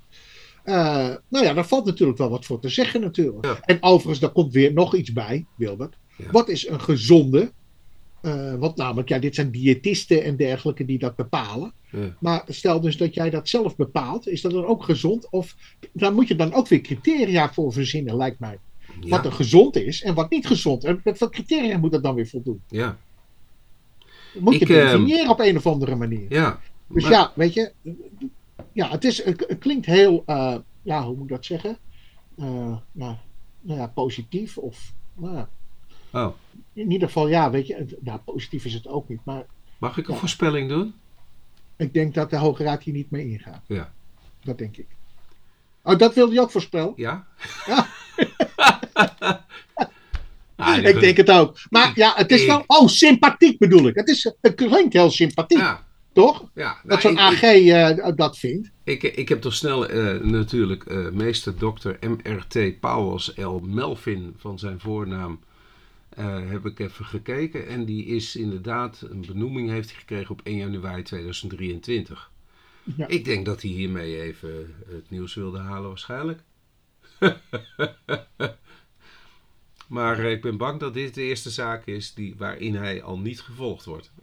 ja, daar valt natuurlijk wel wat voor te zeggen natuurlijk. Ja. En overigens, daar komt weer nog iets bij, Wilbert. Ja. Wat is een gezonde... want namelijk, dit zijn diëtisten en dergelijke die dat bepalen. Ja. Maar stel dus dat jij dat zelf bepaalt, is dat dan ook gezond? Of daar moet je dan ook weer criteria voor verzinnen, lijkt mij. Ja. Wat er gezond is en wat niet gezond. En met wat criteria moet dat dan weer voldoen? Ja. Moet je definiëren op een of andere manier. Ja. Dus ja, weet je... Ja, het klinkt heel... hoe moet ik dat zeggen? Positief of... In ieder geval, ja, weet je... positief is het ook niet, maar... Mag ik een voorspelling doen? Ik denk dat de Hoge Raad hier niet mee ingaat. Ja. Dat denk ik. Oh, dat wilde je ook voorspellen? Ja. Ik denk het ook. Maar ja, het is wel... Oh, sympathiek bedoel ik. Het klinkt heel sympathiek. Ja. Toch? Ja, dat zo'n AG dat vindt. Ik heb toch snel natuurlijk meester dokter MRT Pauwels L. Melvin van zijn voornaam heb ik even gekeken. En die is inderdaad, een benoeming heeft hij gekregen op 1 januari 2023. Ja. Ik denk dat hij hiermee even het nieuws wilde halen waarschijnlijk. Maar ik ben bang dat dit de eerste zaak is waarin hij al niet gevolgd wordt.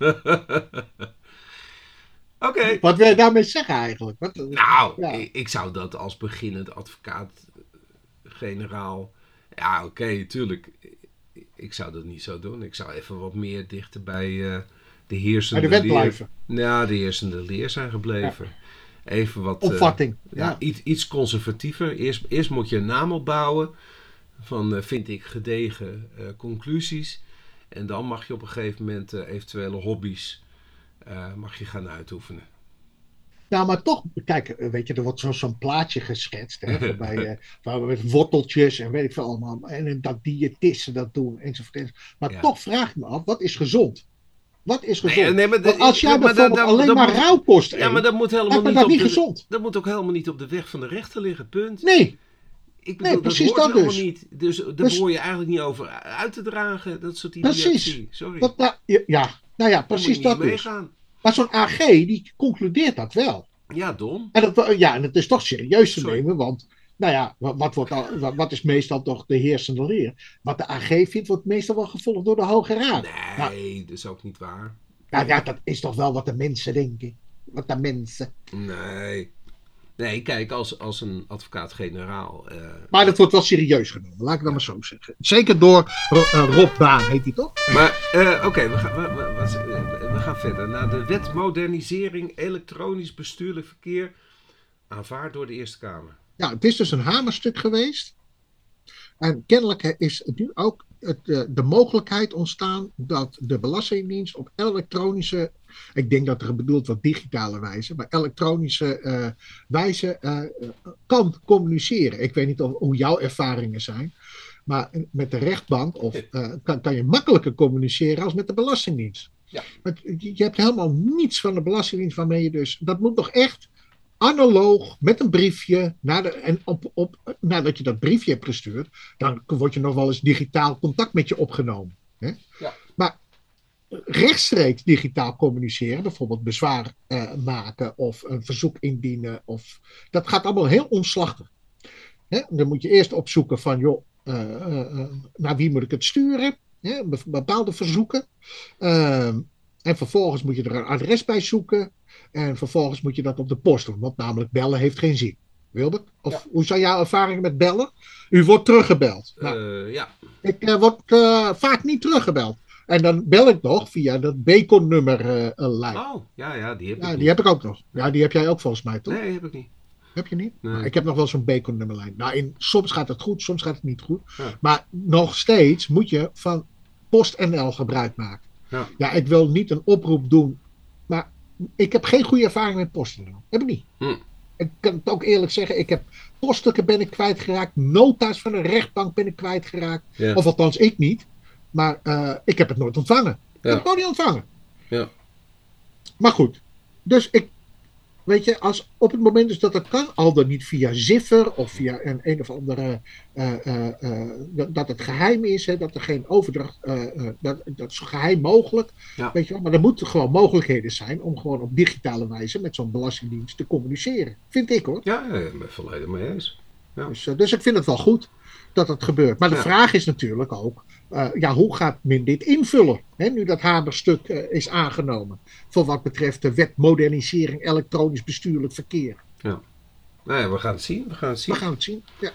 Oké. Wat wil je daarmee zeggen eigenlijk? Nou, Ja. ik zou dat als beginnend advocaat-generaal... Ja, oké, tuurlijk. Ik zou dat niet zo doen. Ik zou even wat meer dichter bij de heersende Bij de wet leer... blijven. Ja, de heersende leer zijn gebleven. Ja. Even wat... Opvatting. Iets conservatiever. Eerst moet je een naam opbouwen van, vind ik, gedegen conclusies. En dan mag je op een gegeven moment eventuele hobby's mag je gaan uitoefenen. Ja, maar toch, kijk, weet je, er wordt zo'n plaatje geschetst, hè, waar we met worteltjes en weet ik veel allemaal, en dat diëtisten dat doen, enzovoort. Maar toch vraag ik me af, wat is gezond? Wat is gezond? Want als jij bijvoorbeeld alleen maar rauwkost eet, maar dat moet helemaal niet gezond. Dat moet ook helemaal niet op de weg van de rechter liggen, punt. Nee. Ik bedoel, precies dat hoort dat helemaal niet. Dus daar hoor je eigenlijk niet over uit te dragen, dat soort idiotie. Precies. Sorry. Precies dat dus. Meegaan. Maar zo'n AG, die concludeert dat wel. Ja, Don. En het is toch serieus te nemen, want wat is meestal toch de heersende leer? Wat de AG vindt, wordt meestal wel gevolgd door de Hoge Raad. Nee, dat is ook niet waar. Ja, dat is toch wel wat de mensen denken. Wat de mensen. Nee, kijk, als een advocaat-generaal... Maar dat wordt wel serieus genomen, laat ik dat maar zo zeggen. Zeker door Rob Baan, heet hij toch? Maar, oké, we gaan verder. Naar de wet modernisering elektronisch bestuurlijk verkeer, aanvaard door de Eerste Kamer. Ja, het is dus een hamerstuk geweest. En kennelijk is nu ook de mogelijkheid ontstaan dat de Belastingdienst op elektronische, ik denk dat er bedoeld wordt digitale wijze, maar elektronische wijze kan communiceren. Ik weet niet hoe jouw ervaringen zijn, maar met de rechtbank kan je makkelijker communiceren als met de Belastingdienst. Ja. Je hebt helemaal niets van de Belastingdienst waarmee je dus, dat moet nog echt analoog met een briefje, nadat je dat briefje hebt gestuurd, dan wordt je nog wel eens digitaal contact met je opgenomen. Hè? Ja. Maar rechtstreeks digitaal communiceren, bijvoorbeeld bezwaar maken of een verzoek indienen, dat gaat allemaal heel omslachtig. Hè? Dan moet je eerst opzoeken van, joh, naar wie moet ik het sturen? Hè? Bepaalde verzoeken. En vervolgens moet je er een adres bij zoeken. En vervolgens moet je dat op de post doen. Want namelijk bellen heeft geen zin. Wilbert? Hoe zijn jouw ervaringen met bellen? U wordt teruggebeld. Ja. Ik word vaak niet teruggebeld. En dan bel ik nog via dat Bacon-nummer lijn. Oh, ja, die heb ik niet. Die heb ik ook nog. Ja, die heb jij ook volgens mij, toch? Nee, heb ik niet. Heb je niet? Nee. Nou, ik heb nog wel zo'n Bacon-nummerlijn. Nou, soms gaat het goed, soms gaat het niet goed. Ja. Maar nog steeds moet je van PostNL gebruik maken. Ja, ik wil niet een oproep doen, maar ik heb geen goede ervaring met PostNL. Heb ik niet. Ik kan het ook eerlijk zeggen, ik heb poststukken ben ik kwijtgeraakt, nota's van de rechtbank ben ik kwijtgeraakt. Ja. Of althans ik niet, maar ik heb het nooit ontvangen. Ik heb het gewoon niet ontvangen. Ja. Maar goed, dus weet je, als op het moment dus dat het kan, al dan niet via Ziffer of via een of andere, dat het geheim is, hè, dat er geen overdracht, dat is geheim mogelijk, weet je wel, maar er moeten gewoon mogelijkheden zijn om gewoon op digitale wijze met zo'n belastingdienst te communiceren. Vind ik hoor. Ja, ik ben volledig mee eens. Ja. Dus ik vind het wel goed dat het gebeurt. Maar de vraag is natuurlijk ook, hoe gaat men dit invullen? Hè, nu dat Hamerstuk is aangenomen. Voor wat betreft de wet modernisering elektronisch bestuurlijk verkeer. Ja. Nou ja, we gaan het zien. We gaan het zien, ja.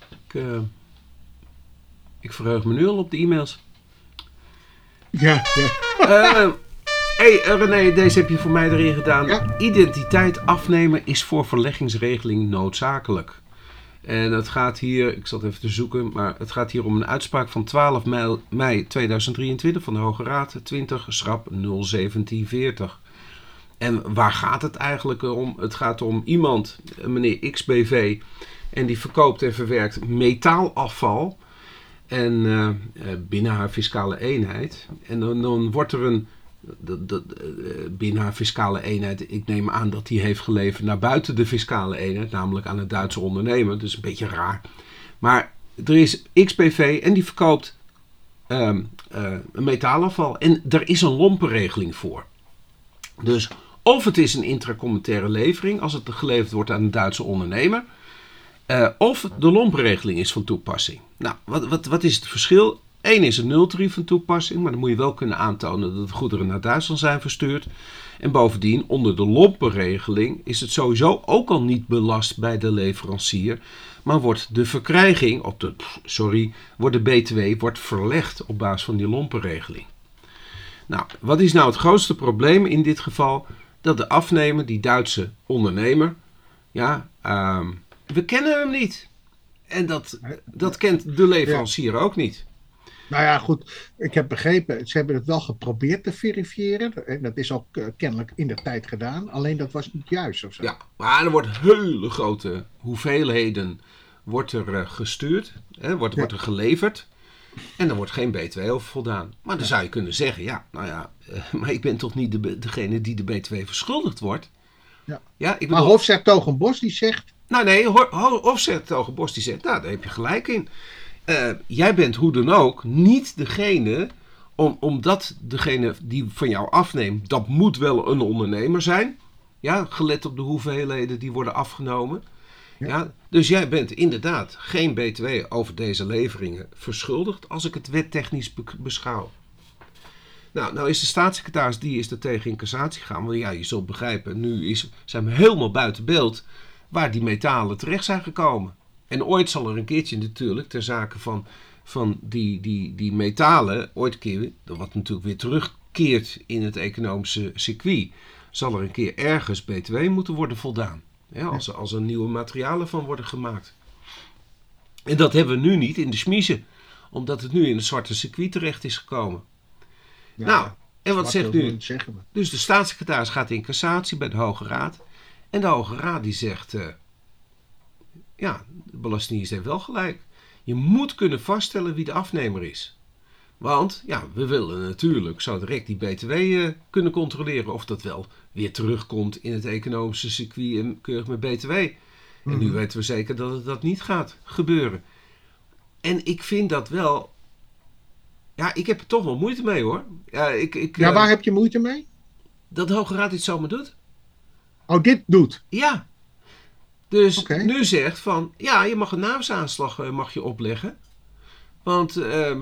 Ik verheug me nu al op de e-mails. Ja. Hey René, deze heb je voor mij erin gedaan. Ja. Identiteit afnemen is voor verleggingsregeling noodzakelijk. En het gaat hier, ik zat even te zoeken, maar het gaat hier om een uitspraak van 12 mei 2023 van de Hoge Raad 20 schrap 01740. En waar gaat het eigenlijk om? Het gaat om iemand, meneer XBV, en die verkoopt en verwerkt metaalafval en binnen haar fiscale eenheid. En dan wordt er binnen haar fiscale eenheid, ik neem aan dat die heeft geleverd naar buiten de fiscale eenheid, namelijk aan een Duitse ondernemer, dus een beetje raar. Maar er is XPV en die verkoopt metaalafval en er is een lompenregeling voor. Dus Of het is een intracommunautaire levering als het geleverd wordt aan een Duitse ondernemer. Of de lompenregeling is van toepassing. Nou, wat is het verschil? Eén is een nultarief van toepassing, maar dan moet je wel kunnen aantonen dat de goederen naar Duitsland zijn verstuurd. En bovendien, onder de lompenregeling is het sowieso ook al niet belast bij de leverancier, maar wordt de verkrijging, wordt de BTW verlegd op basis van die lompenregeling. Nou, wat is nou het grootste probleem in dit geval? Dat de afnemer, die Duitse ondernemer, we kennen hem niet. En dat kent de leverancier ook niet. Nou ja, goed. Ik heb begrepen, ze hebben het wel geprobeerd te verifiëren. En dat is ook kennelijk in de tijd gedaan. Alleen dat was niet juist of zo. Ja, maar er wordt hele grote hoeveelheden gestuurd. Wordt er geleverd. En er wordt geen BTW over voldaan. Maar dan zou je kunnen zeggen, maar ik ben toch niet degene die de BTW verschuldigd wordt. Ja, maar Hofzertogenbos die zegt... Hofzertogenbos die zegt, daar heb je gelijk in. Jij bent hoe dan ook niet degene, omdat degene die van jou afneemt, dat moet wel een ondernemer zijn. Ja, gelet op de hoeveelheden die worden afgenomen. Ja, dus jij bent inderdaad geen BTW over deze leveringen verschuldigd, als ik het wettechnisch beschouw. Nou is de staatssecretaris, die is er tegen in cassatie gegaan. Want je zult begrijpen, nu zijn we helemaal buiten beeld waar die metalen terecht zijn gekomen. En ooit zal er een keertje natuurlijk, ter zake van die metalen, ooit een keer, wat natuurlijk weer terugkeert in het economische circuit, zal er een keer ergens BTW moeten worden voldaan. Ja, als er nieuwe materialen van worden gemaakt. En dat hebben we nu niet in de smiezen, omdat het nu in het zwarte circuit terecht is gekomen. Ja, nou, en wat zegt nu? Dus de staatssecretaris gaat in cassatie bij de Hoge Raad. En de Hoge Raad die zegt, de Belastingdienst heeft wel gelijk. Je moet kunnen vaststellen wie de afnemer is. Want we willen natuurlijk zo direct die BTW kunnen controleren of dat wel weer terugkomt in het economische circuit en keurig met BTW. En nu weten we zeker dat dat niet gaat gebeuren. En ik vind dat wel... Ja, ik heb er toch wel moeite mee hoor. Waar heb je moeite mee? Dat de Hoge Raad dit zomaar doet. Oh, dit doet? Ja. Dus nu zegt van, je mag een naamsaanslag mag je opleggen. Want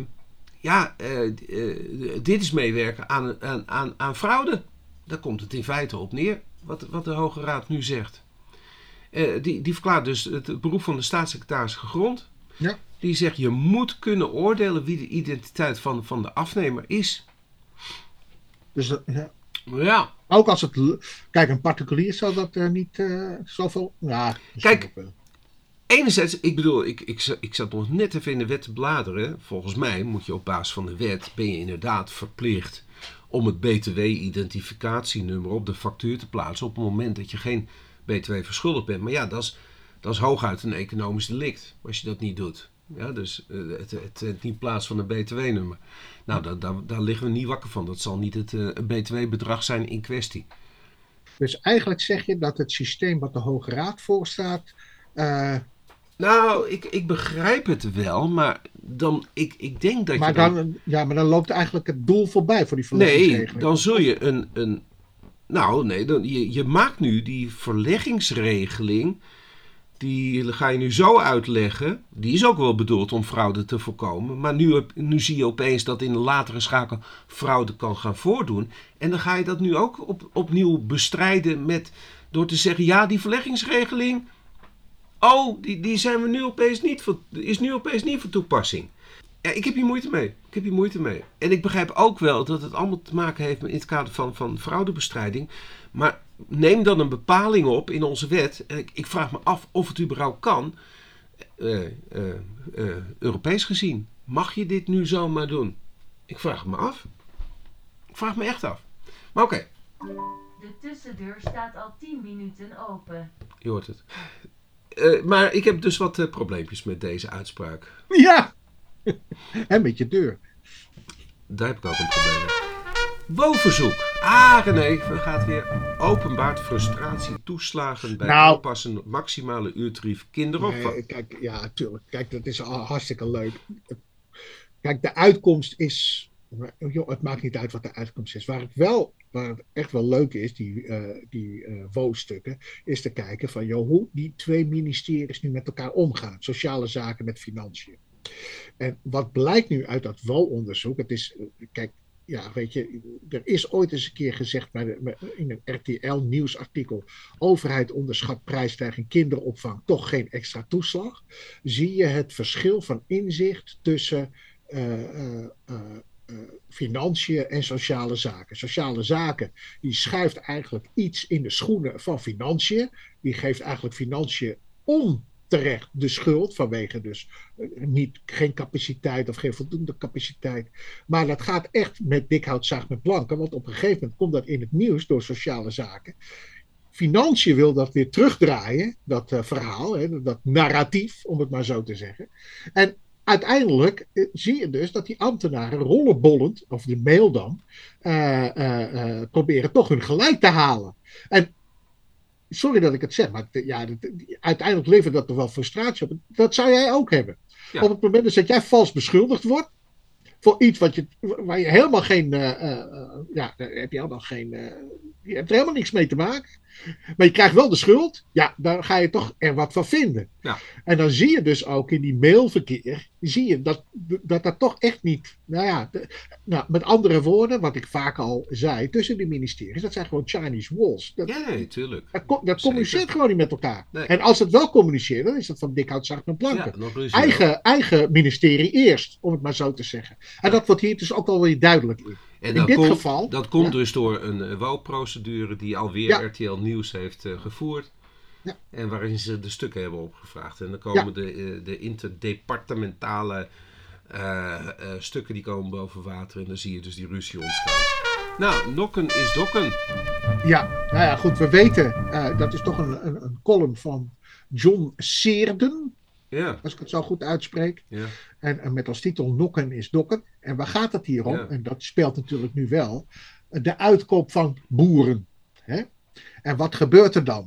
dit is meewerken aan fraude. Daar komt het in feite op neer, wat de Hoge Raad nu zegt. Die verklaart dus het beroep van de staatssecretaris gegrond. Ja. Die zegt, je moet kunnen oordelen wie de identiteit van de afnemer is. Dus ja. Ook als het... Kijk, een particulier zal dat niet zoveel... Ja, kijk, enerzijds, ik bedoel, ik zat nog net even in de wet te bladeren. Volgens mij moet je op basis van de wet, ben je inderdaad verplicht om het BTW-identificatienummer op de factuur te plaatsen op het moment dat je geen BTW verschuldigd bent. Maar dat is hooguit een economisch delict als je dat niet doet. Ja, dus het niet plaatsen van een BTW-nummer. Nou, daar liggen we niet wakker van. Dat zal niet het BTW-bedrag zijn in kwestie. Dus eigenlijk zeg je dat het systeem wat de Hoge Raad voorstaat... Nou, ik begrijp het wel, maar dan, ik denk dat maar maar dan loopt eigenlijk het doel voorbij voor die verleggingsregeling. Nee, dan zul je je maakt nu die verleggingsregeling... Die ga je nu zo uitleggen. Die is ook wel bedoeld om fraude te voorkomen. Maar nu zie je opeens dat in een latere schakel fraude kan gaan voordoen. En dan ga je dat nu ook opnieuw bestrijden door te zeggen... die verleggingsregeling... die zijn we nu opeens is nu opeens niet van toepassing. Ja, ik heb hier moeite mee. En ik begrijp ook wel dat het allemaal te maken heeft in het kader van fraudebestrijding. Maar neem dan een bepaling op in onze wet. Ik vraag me af of het überhaupt kan. Europees gezien. Mag je dit nu zomaar doen? Ik vraag me af. Ik vraag me echt af. Maar oké. De tussendeur staat al 10 minuten open. Je hoort het. Maar ik heb dus wat probleempjes met deze uitspraak. Ja! En met je deur. Daar heb ik ook een probleem mee. Woonverzoek. René, we gaan weer openbaart frustratie toeslagen bij aanpassen maximale uurtarief kinderopvang. Nee, kijk, ja, tuurlijk. Kijk, dat is hartstikke leuk. Kijk, de uitkomst is... het maakt niet uit wat de uitkomst is. Waar ik wel waar het echt wel leuk is, die WO-stukken, is te kijken van joh, hoe die twee ministeries nu met elkaar omgaan. Sociale zaken met financiën. En wat blijkt nu uit dat WO-onderzoek, het is, kijk, ja, weet je, er is ooit eens een keer gezegd in een RTL-nieuwsartikel, overheid onderschat prijsstijging kinderopvang, toch geen extra toeslag. Zie je het verschil van inzicht tussen financiën en sociale zaken. Sociale zaken, die schuift eigenlijk iets in de schoenen van financiën. Die geeft eigenlijk financiën onterecht de schuld, vanwege dus geen capaciteit of geen voldoende capaciteit. Maar dat gaat echt met dikhoutzaag met planken, want op een gegeven moment komt dat in het nieuws door sociale zaken. Financiën wil dat weer terugdraaien, dat verhaal, hè, dat narratief, om het maar zo te zeggen. En uiteindelijk zie je dus dat die ambtenaren rollenbollend, of de mail dan, proberen toch hun gelijk te halen. En sorry dat ik het zeg, maar uiteindelijk levert dat toch wel frustratie op. Dat zou jij ook hebben. Ja. Op het moment dat jij vals beschuldigd wordt voor iets waar je helemaal geen, daar heb je helemaal geen, je hebt er helemaal niks mee te maken. Maar je krijgt wel de schuld. Ja, dan ga je toch er wat van vinden. Ja. En dan zie je dus ook in die mailverkeer, zie je dat toch echt niet, met andere woorden, wat ik vaak al zei, tussen de ministeries, dat zijn gewoon Chinese walls. Nee, tuurlijk. Dat communiceert gewoon niet met elkaar. Nee. En als het wel communiceert, dan is dat van dikhout, zacht met planken. Ja, eigen ministerie eerst, om het maar zo te zeggen. En dat wordt hier dus ook alweer duidelijk in. En in dit geval, dat komt dus door een WO-procedure die alweer RTL Nieuws heeft gevoerd. Ja. En waarin ze de stukken hebben opgevraagd. En dan komen de interdepartementale stukken die komen boven water. En dan zie je dus die ruzie ontstaan. Nou, nokken is dokken. Ja, nou ja, goed. We weten, dat is toch een column van John Seerden. Ja. Als ik het zo goed uitspreek. Ja. En met als titel Nokken is dokken. En waar gaat het hier om? Ja. En dat speelt natuurlijk nu wel. De uitkoop van boeren. Hè? En wat gebeurt er dan?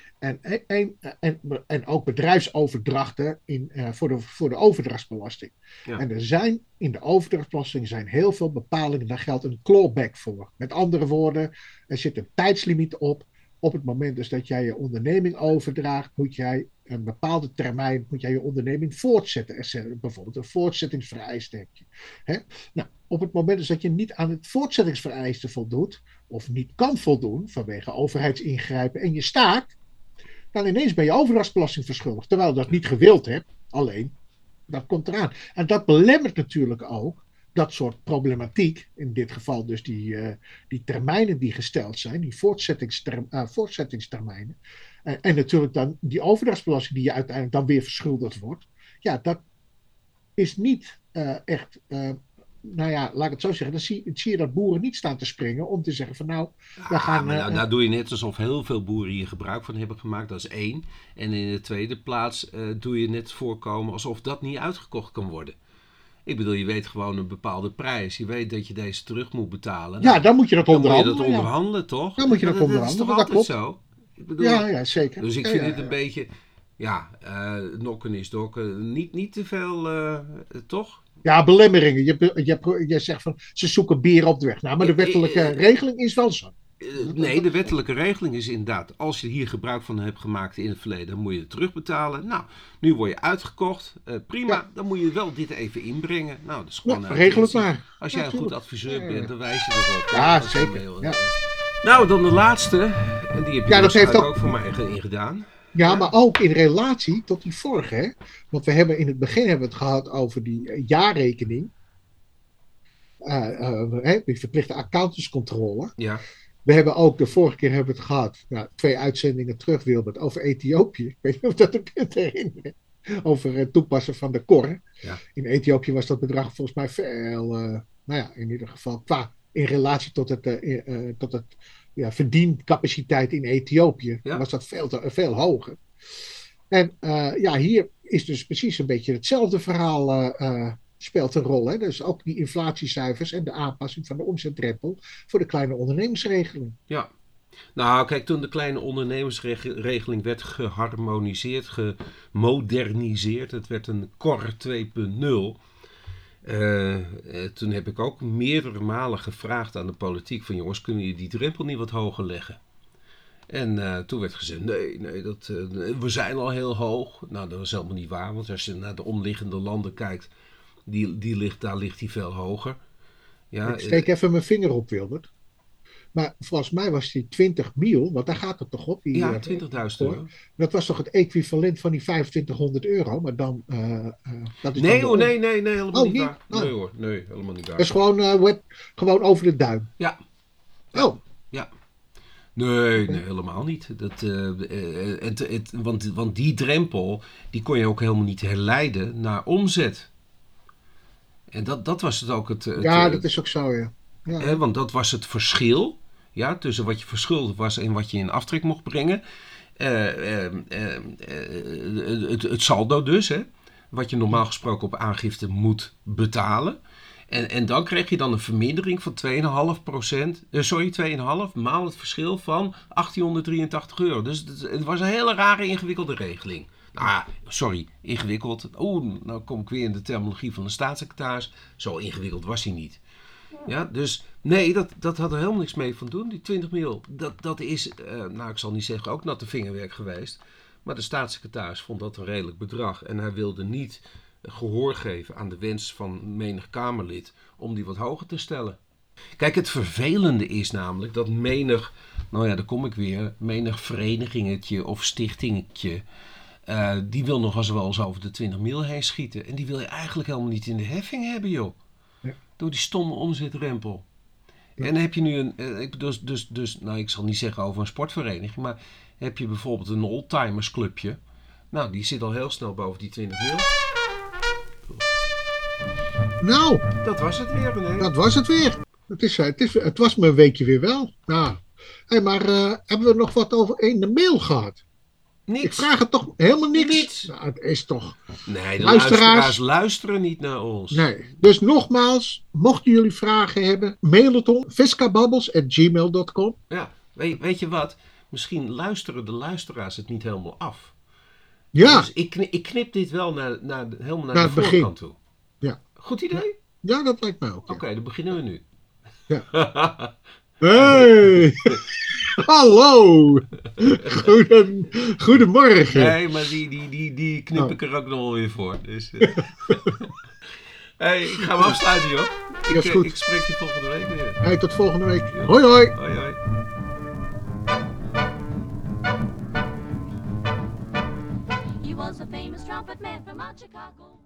En ook bedrijfsoverdrachten voor de overdrachtsbelasting. Ja. En er zijn in de overdrachtsbelasting heel veel bepalingen. Daar geldt een clawback voor. Met andere woorden, er zit een tijdslimiet op. Op het moment dus dat jij je onderneming overdraagt, moet jij een bepaalde termijn je onderneming voortzetten. Er is bijvoorbeeld een voortzettingsvereiste heb je. Hè? Nou, op het moment dus dat je niet aan het voortzettingsvereiste voldoet, of niet kan voldoen vanwege overheidsingrijpen en je staakt, dan ineens ben je overdrachtsbelasting verschuldigd. Terwijl je dat niet gewild hebt, alleen dat komt eraan. En dat belemmert natuurlijk ook dat soort problematiek, in dit geval dus die termijnen die gesteld zijn, die voortzettingstermijnen, en natuurlijk dan die overdrachtsbelasting die je uiteindelijk dan weer verschuldigd wordt, ja, dat is niet echt, laat ik het zo zeggen, dan zie je dat boeren niet staan te springen om te zeggen van we gaan... Maar daar doe je net alsof heel veel boeren hier gebruik van hebben gemaakt, dat is 1. En in de tweede plaats doe je net voorkomen alsof dat niet uitgekocht kan worden. Ik bedoel, je weet gewoon een bepaalde prijs. Je weet dat je deze terug moet betalen. Ja, dan moet je dat onderhandelen. Dan moet je dat onderhandelen, toch? Dan moet je dat onderhandelen. Dat is toch altijd zo? Ik bedoel, ja, zeker. Dus ik vind dit een beetje... Ja, nokken is dokken. Niet te veel, toch? Ja, belemmeringen. Je zegt van, ze zoeken bier op de weg. Nou, maar de wettelijke regeling is wel zo. Nee, de wettelijke regeling is inderdaad, als je hier gebruik van hebt gemaakt in het verleden, dan moet je het terugbetalen. Nou, nu word je uitgekocht. Prima, dan moet je wel dit even inbrengen. Nou, dat is gewoon regel het maar. Als jij een goed adviseur bent, dan wijs je erop. Ja, zeker. Nou, dan de laatste. En die heb je dat heeft ook voor mij ingedaan. Ja, maar ook in relatie tot die vorige. Hè? Want we hebben in het begin het gehad over die jaarrekening. Die verplichte accountantscontrole. Ja. We hebben ook, de vorige keer hebben we het gehad, 2 uitzendingen terug, Wilbert, over Ethiopië. Ik weet niet of dat je kunt herinneren. Over het toepassen van de KOR. Ja. In Ethiopië was dat bedrag volgens mij veel, in ieder geval in relatie tot het verdiencapaciteit in Ethiopië, was dat veel hoger. En hier is dus precies een beetje hetzelfde verhaal speelt een rol. Hè? Dus ook die inflatiecijfers en de aanpassing van de omzetdrempel voor de kleine ondernemersregeling. Ja. Nou, kijk, toen de kleine ondernemersregeling werd geharmoniseerd, gemoderniseerd, het werd een KOR 2.0. Toen heb ik ook meerdere malen gevraagd aan de politiek van jongens, kunnen jullie die drempel niet wat hoger leggen? En toen werd gezegd, nee, we zijn al heel hoog. Nou, dat is helemaal niet waar, want als je naar de omliggende landen kijkt, daar ligt die veel hoger. Ja, Ik steek even mijn vinger op, Wilbert. Maar volgens mij was die 20 mil, want daar gaat het toch op? ja, 20.000 euro. Dat was toch het equivalent van die 2500 euro? Maar dan... dat is Nee dan hoor, nee, helemaal niet niet? waar. Oh. Nee hoor, nee, helemaal niet waar. Dat is gewoon over de duim. Ja. Oh, Ja. Nee, helemaal niet. Want die drempel, die kon je ook helemaal niet herleiden naar omzet. En dat was het ook dat is ook zo, ja. Ja. Want dat was het verschil, ja, tussen wat je verschuldigd was en wat je in aftrek mocht brengen. Het saldo dus, hè, wat je normaal gesproken op aangifte moet betalen. En dan kreeg je dan een vermindering van 2,5 maal het verschil van 1883 euro. Dus het was een hele rare ingewikkelde regeling. Nou, sorry, ingewikkeld. Nou kom ik weer in de terminologie van de staatssecretaris. Zo ingewikkeld was hij niet. Ja, dus nee, dat had er helemaal niks mee van doen. Die 20 mil, dat is, ik zal niet zeggen ook natte vingerwerk geweest. Maar de staatssecretaris vond dat een redelijk bedrag. En hij wilde niet gehoor geven aan de wens van menig Kamerlid om die wat hoger te stellen. Kijk, het vervelende is namelijk dat menig verenigingetje of stichtingetje, die wil nog wel eens over de 20 mil heen schieten. En die wil je eigenlijk helemaal niet in de heffing hebben, joh. Ja. Door die stomme omzetrempel. Ja. En dan heb je nu ik zal niet zeggen over een sportvereniging, maar heb je bijvoorbeeld een oldtimersclubje. Nou, die zit al heel snel boven die 20 mil. Nou, dat was het weer, René. Dat was het weer. Het was me een weekje weer wel. Nou, maar hebben we nog wat over in de mail gehad? Niks. Ik vraag het toch helemaal niks? Niets. Nou, het is toch... Nee, de luisteraars luisteren niet naar ons. Nee. Dus nogmaals, mochten jullie vragen hebben, mail het om viscababbels@gmail.com. Ja, weet je wat? Misschien luisteren de luisteraars het niet helemaal af. Ja. Dus ik knip dit wel helemaal naar de voorkant begin toe. Ja. Goed idee? Ja, dat lijkt mij ook. Ja. Oké, dan beginnen we nu. Ja. Hey! Hallo! Goedemorgen. Nee, maar die knip ik er ook nog wel weer voor. Dus, hey, ik ga hem afsluiten, joh. Dat is goed. Ik spreek je volgende week weer. Hey, tot volgende week. Ja. Hoi, hoi. Hoi, hoi. He was a famous trumpet man from out Chicago.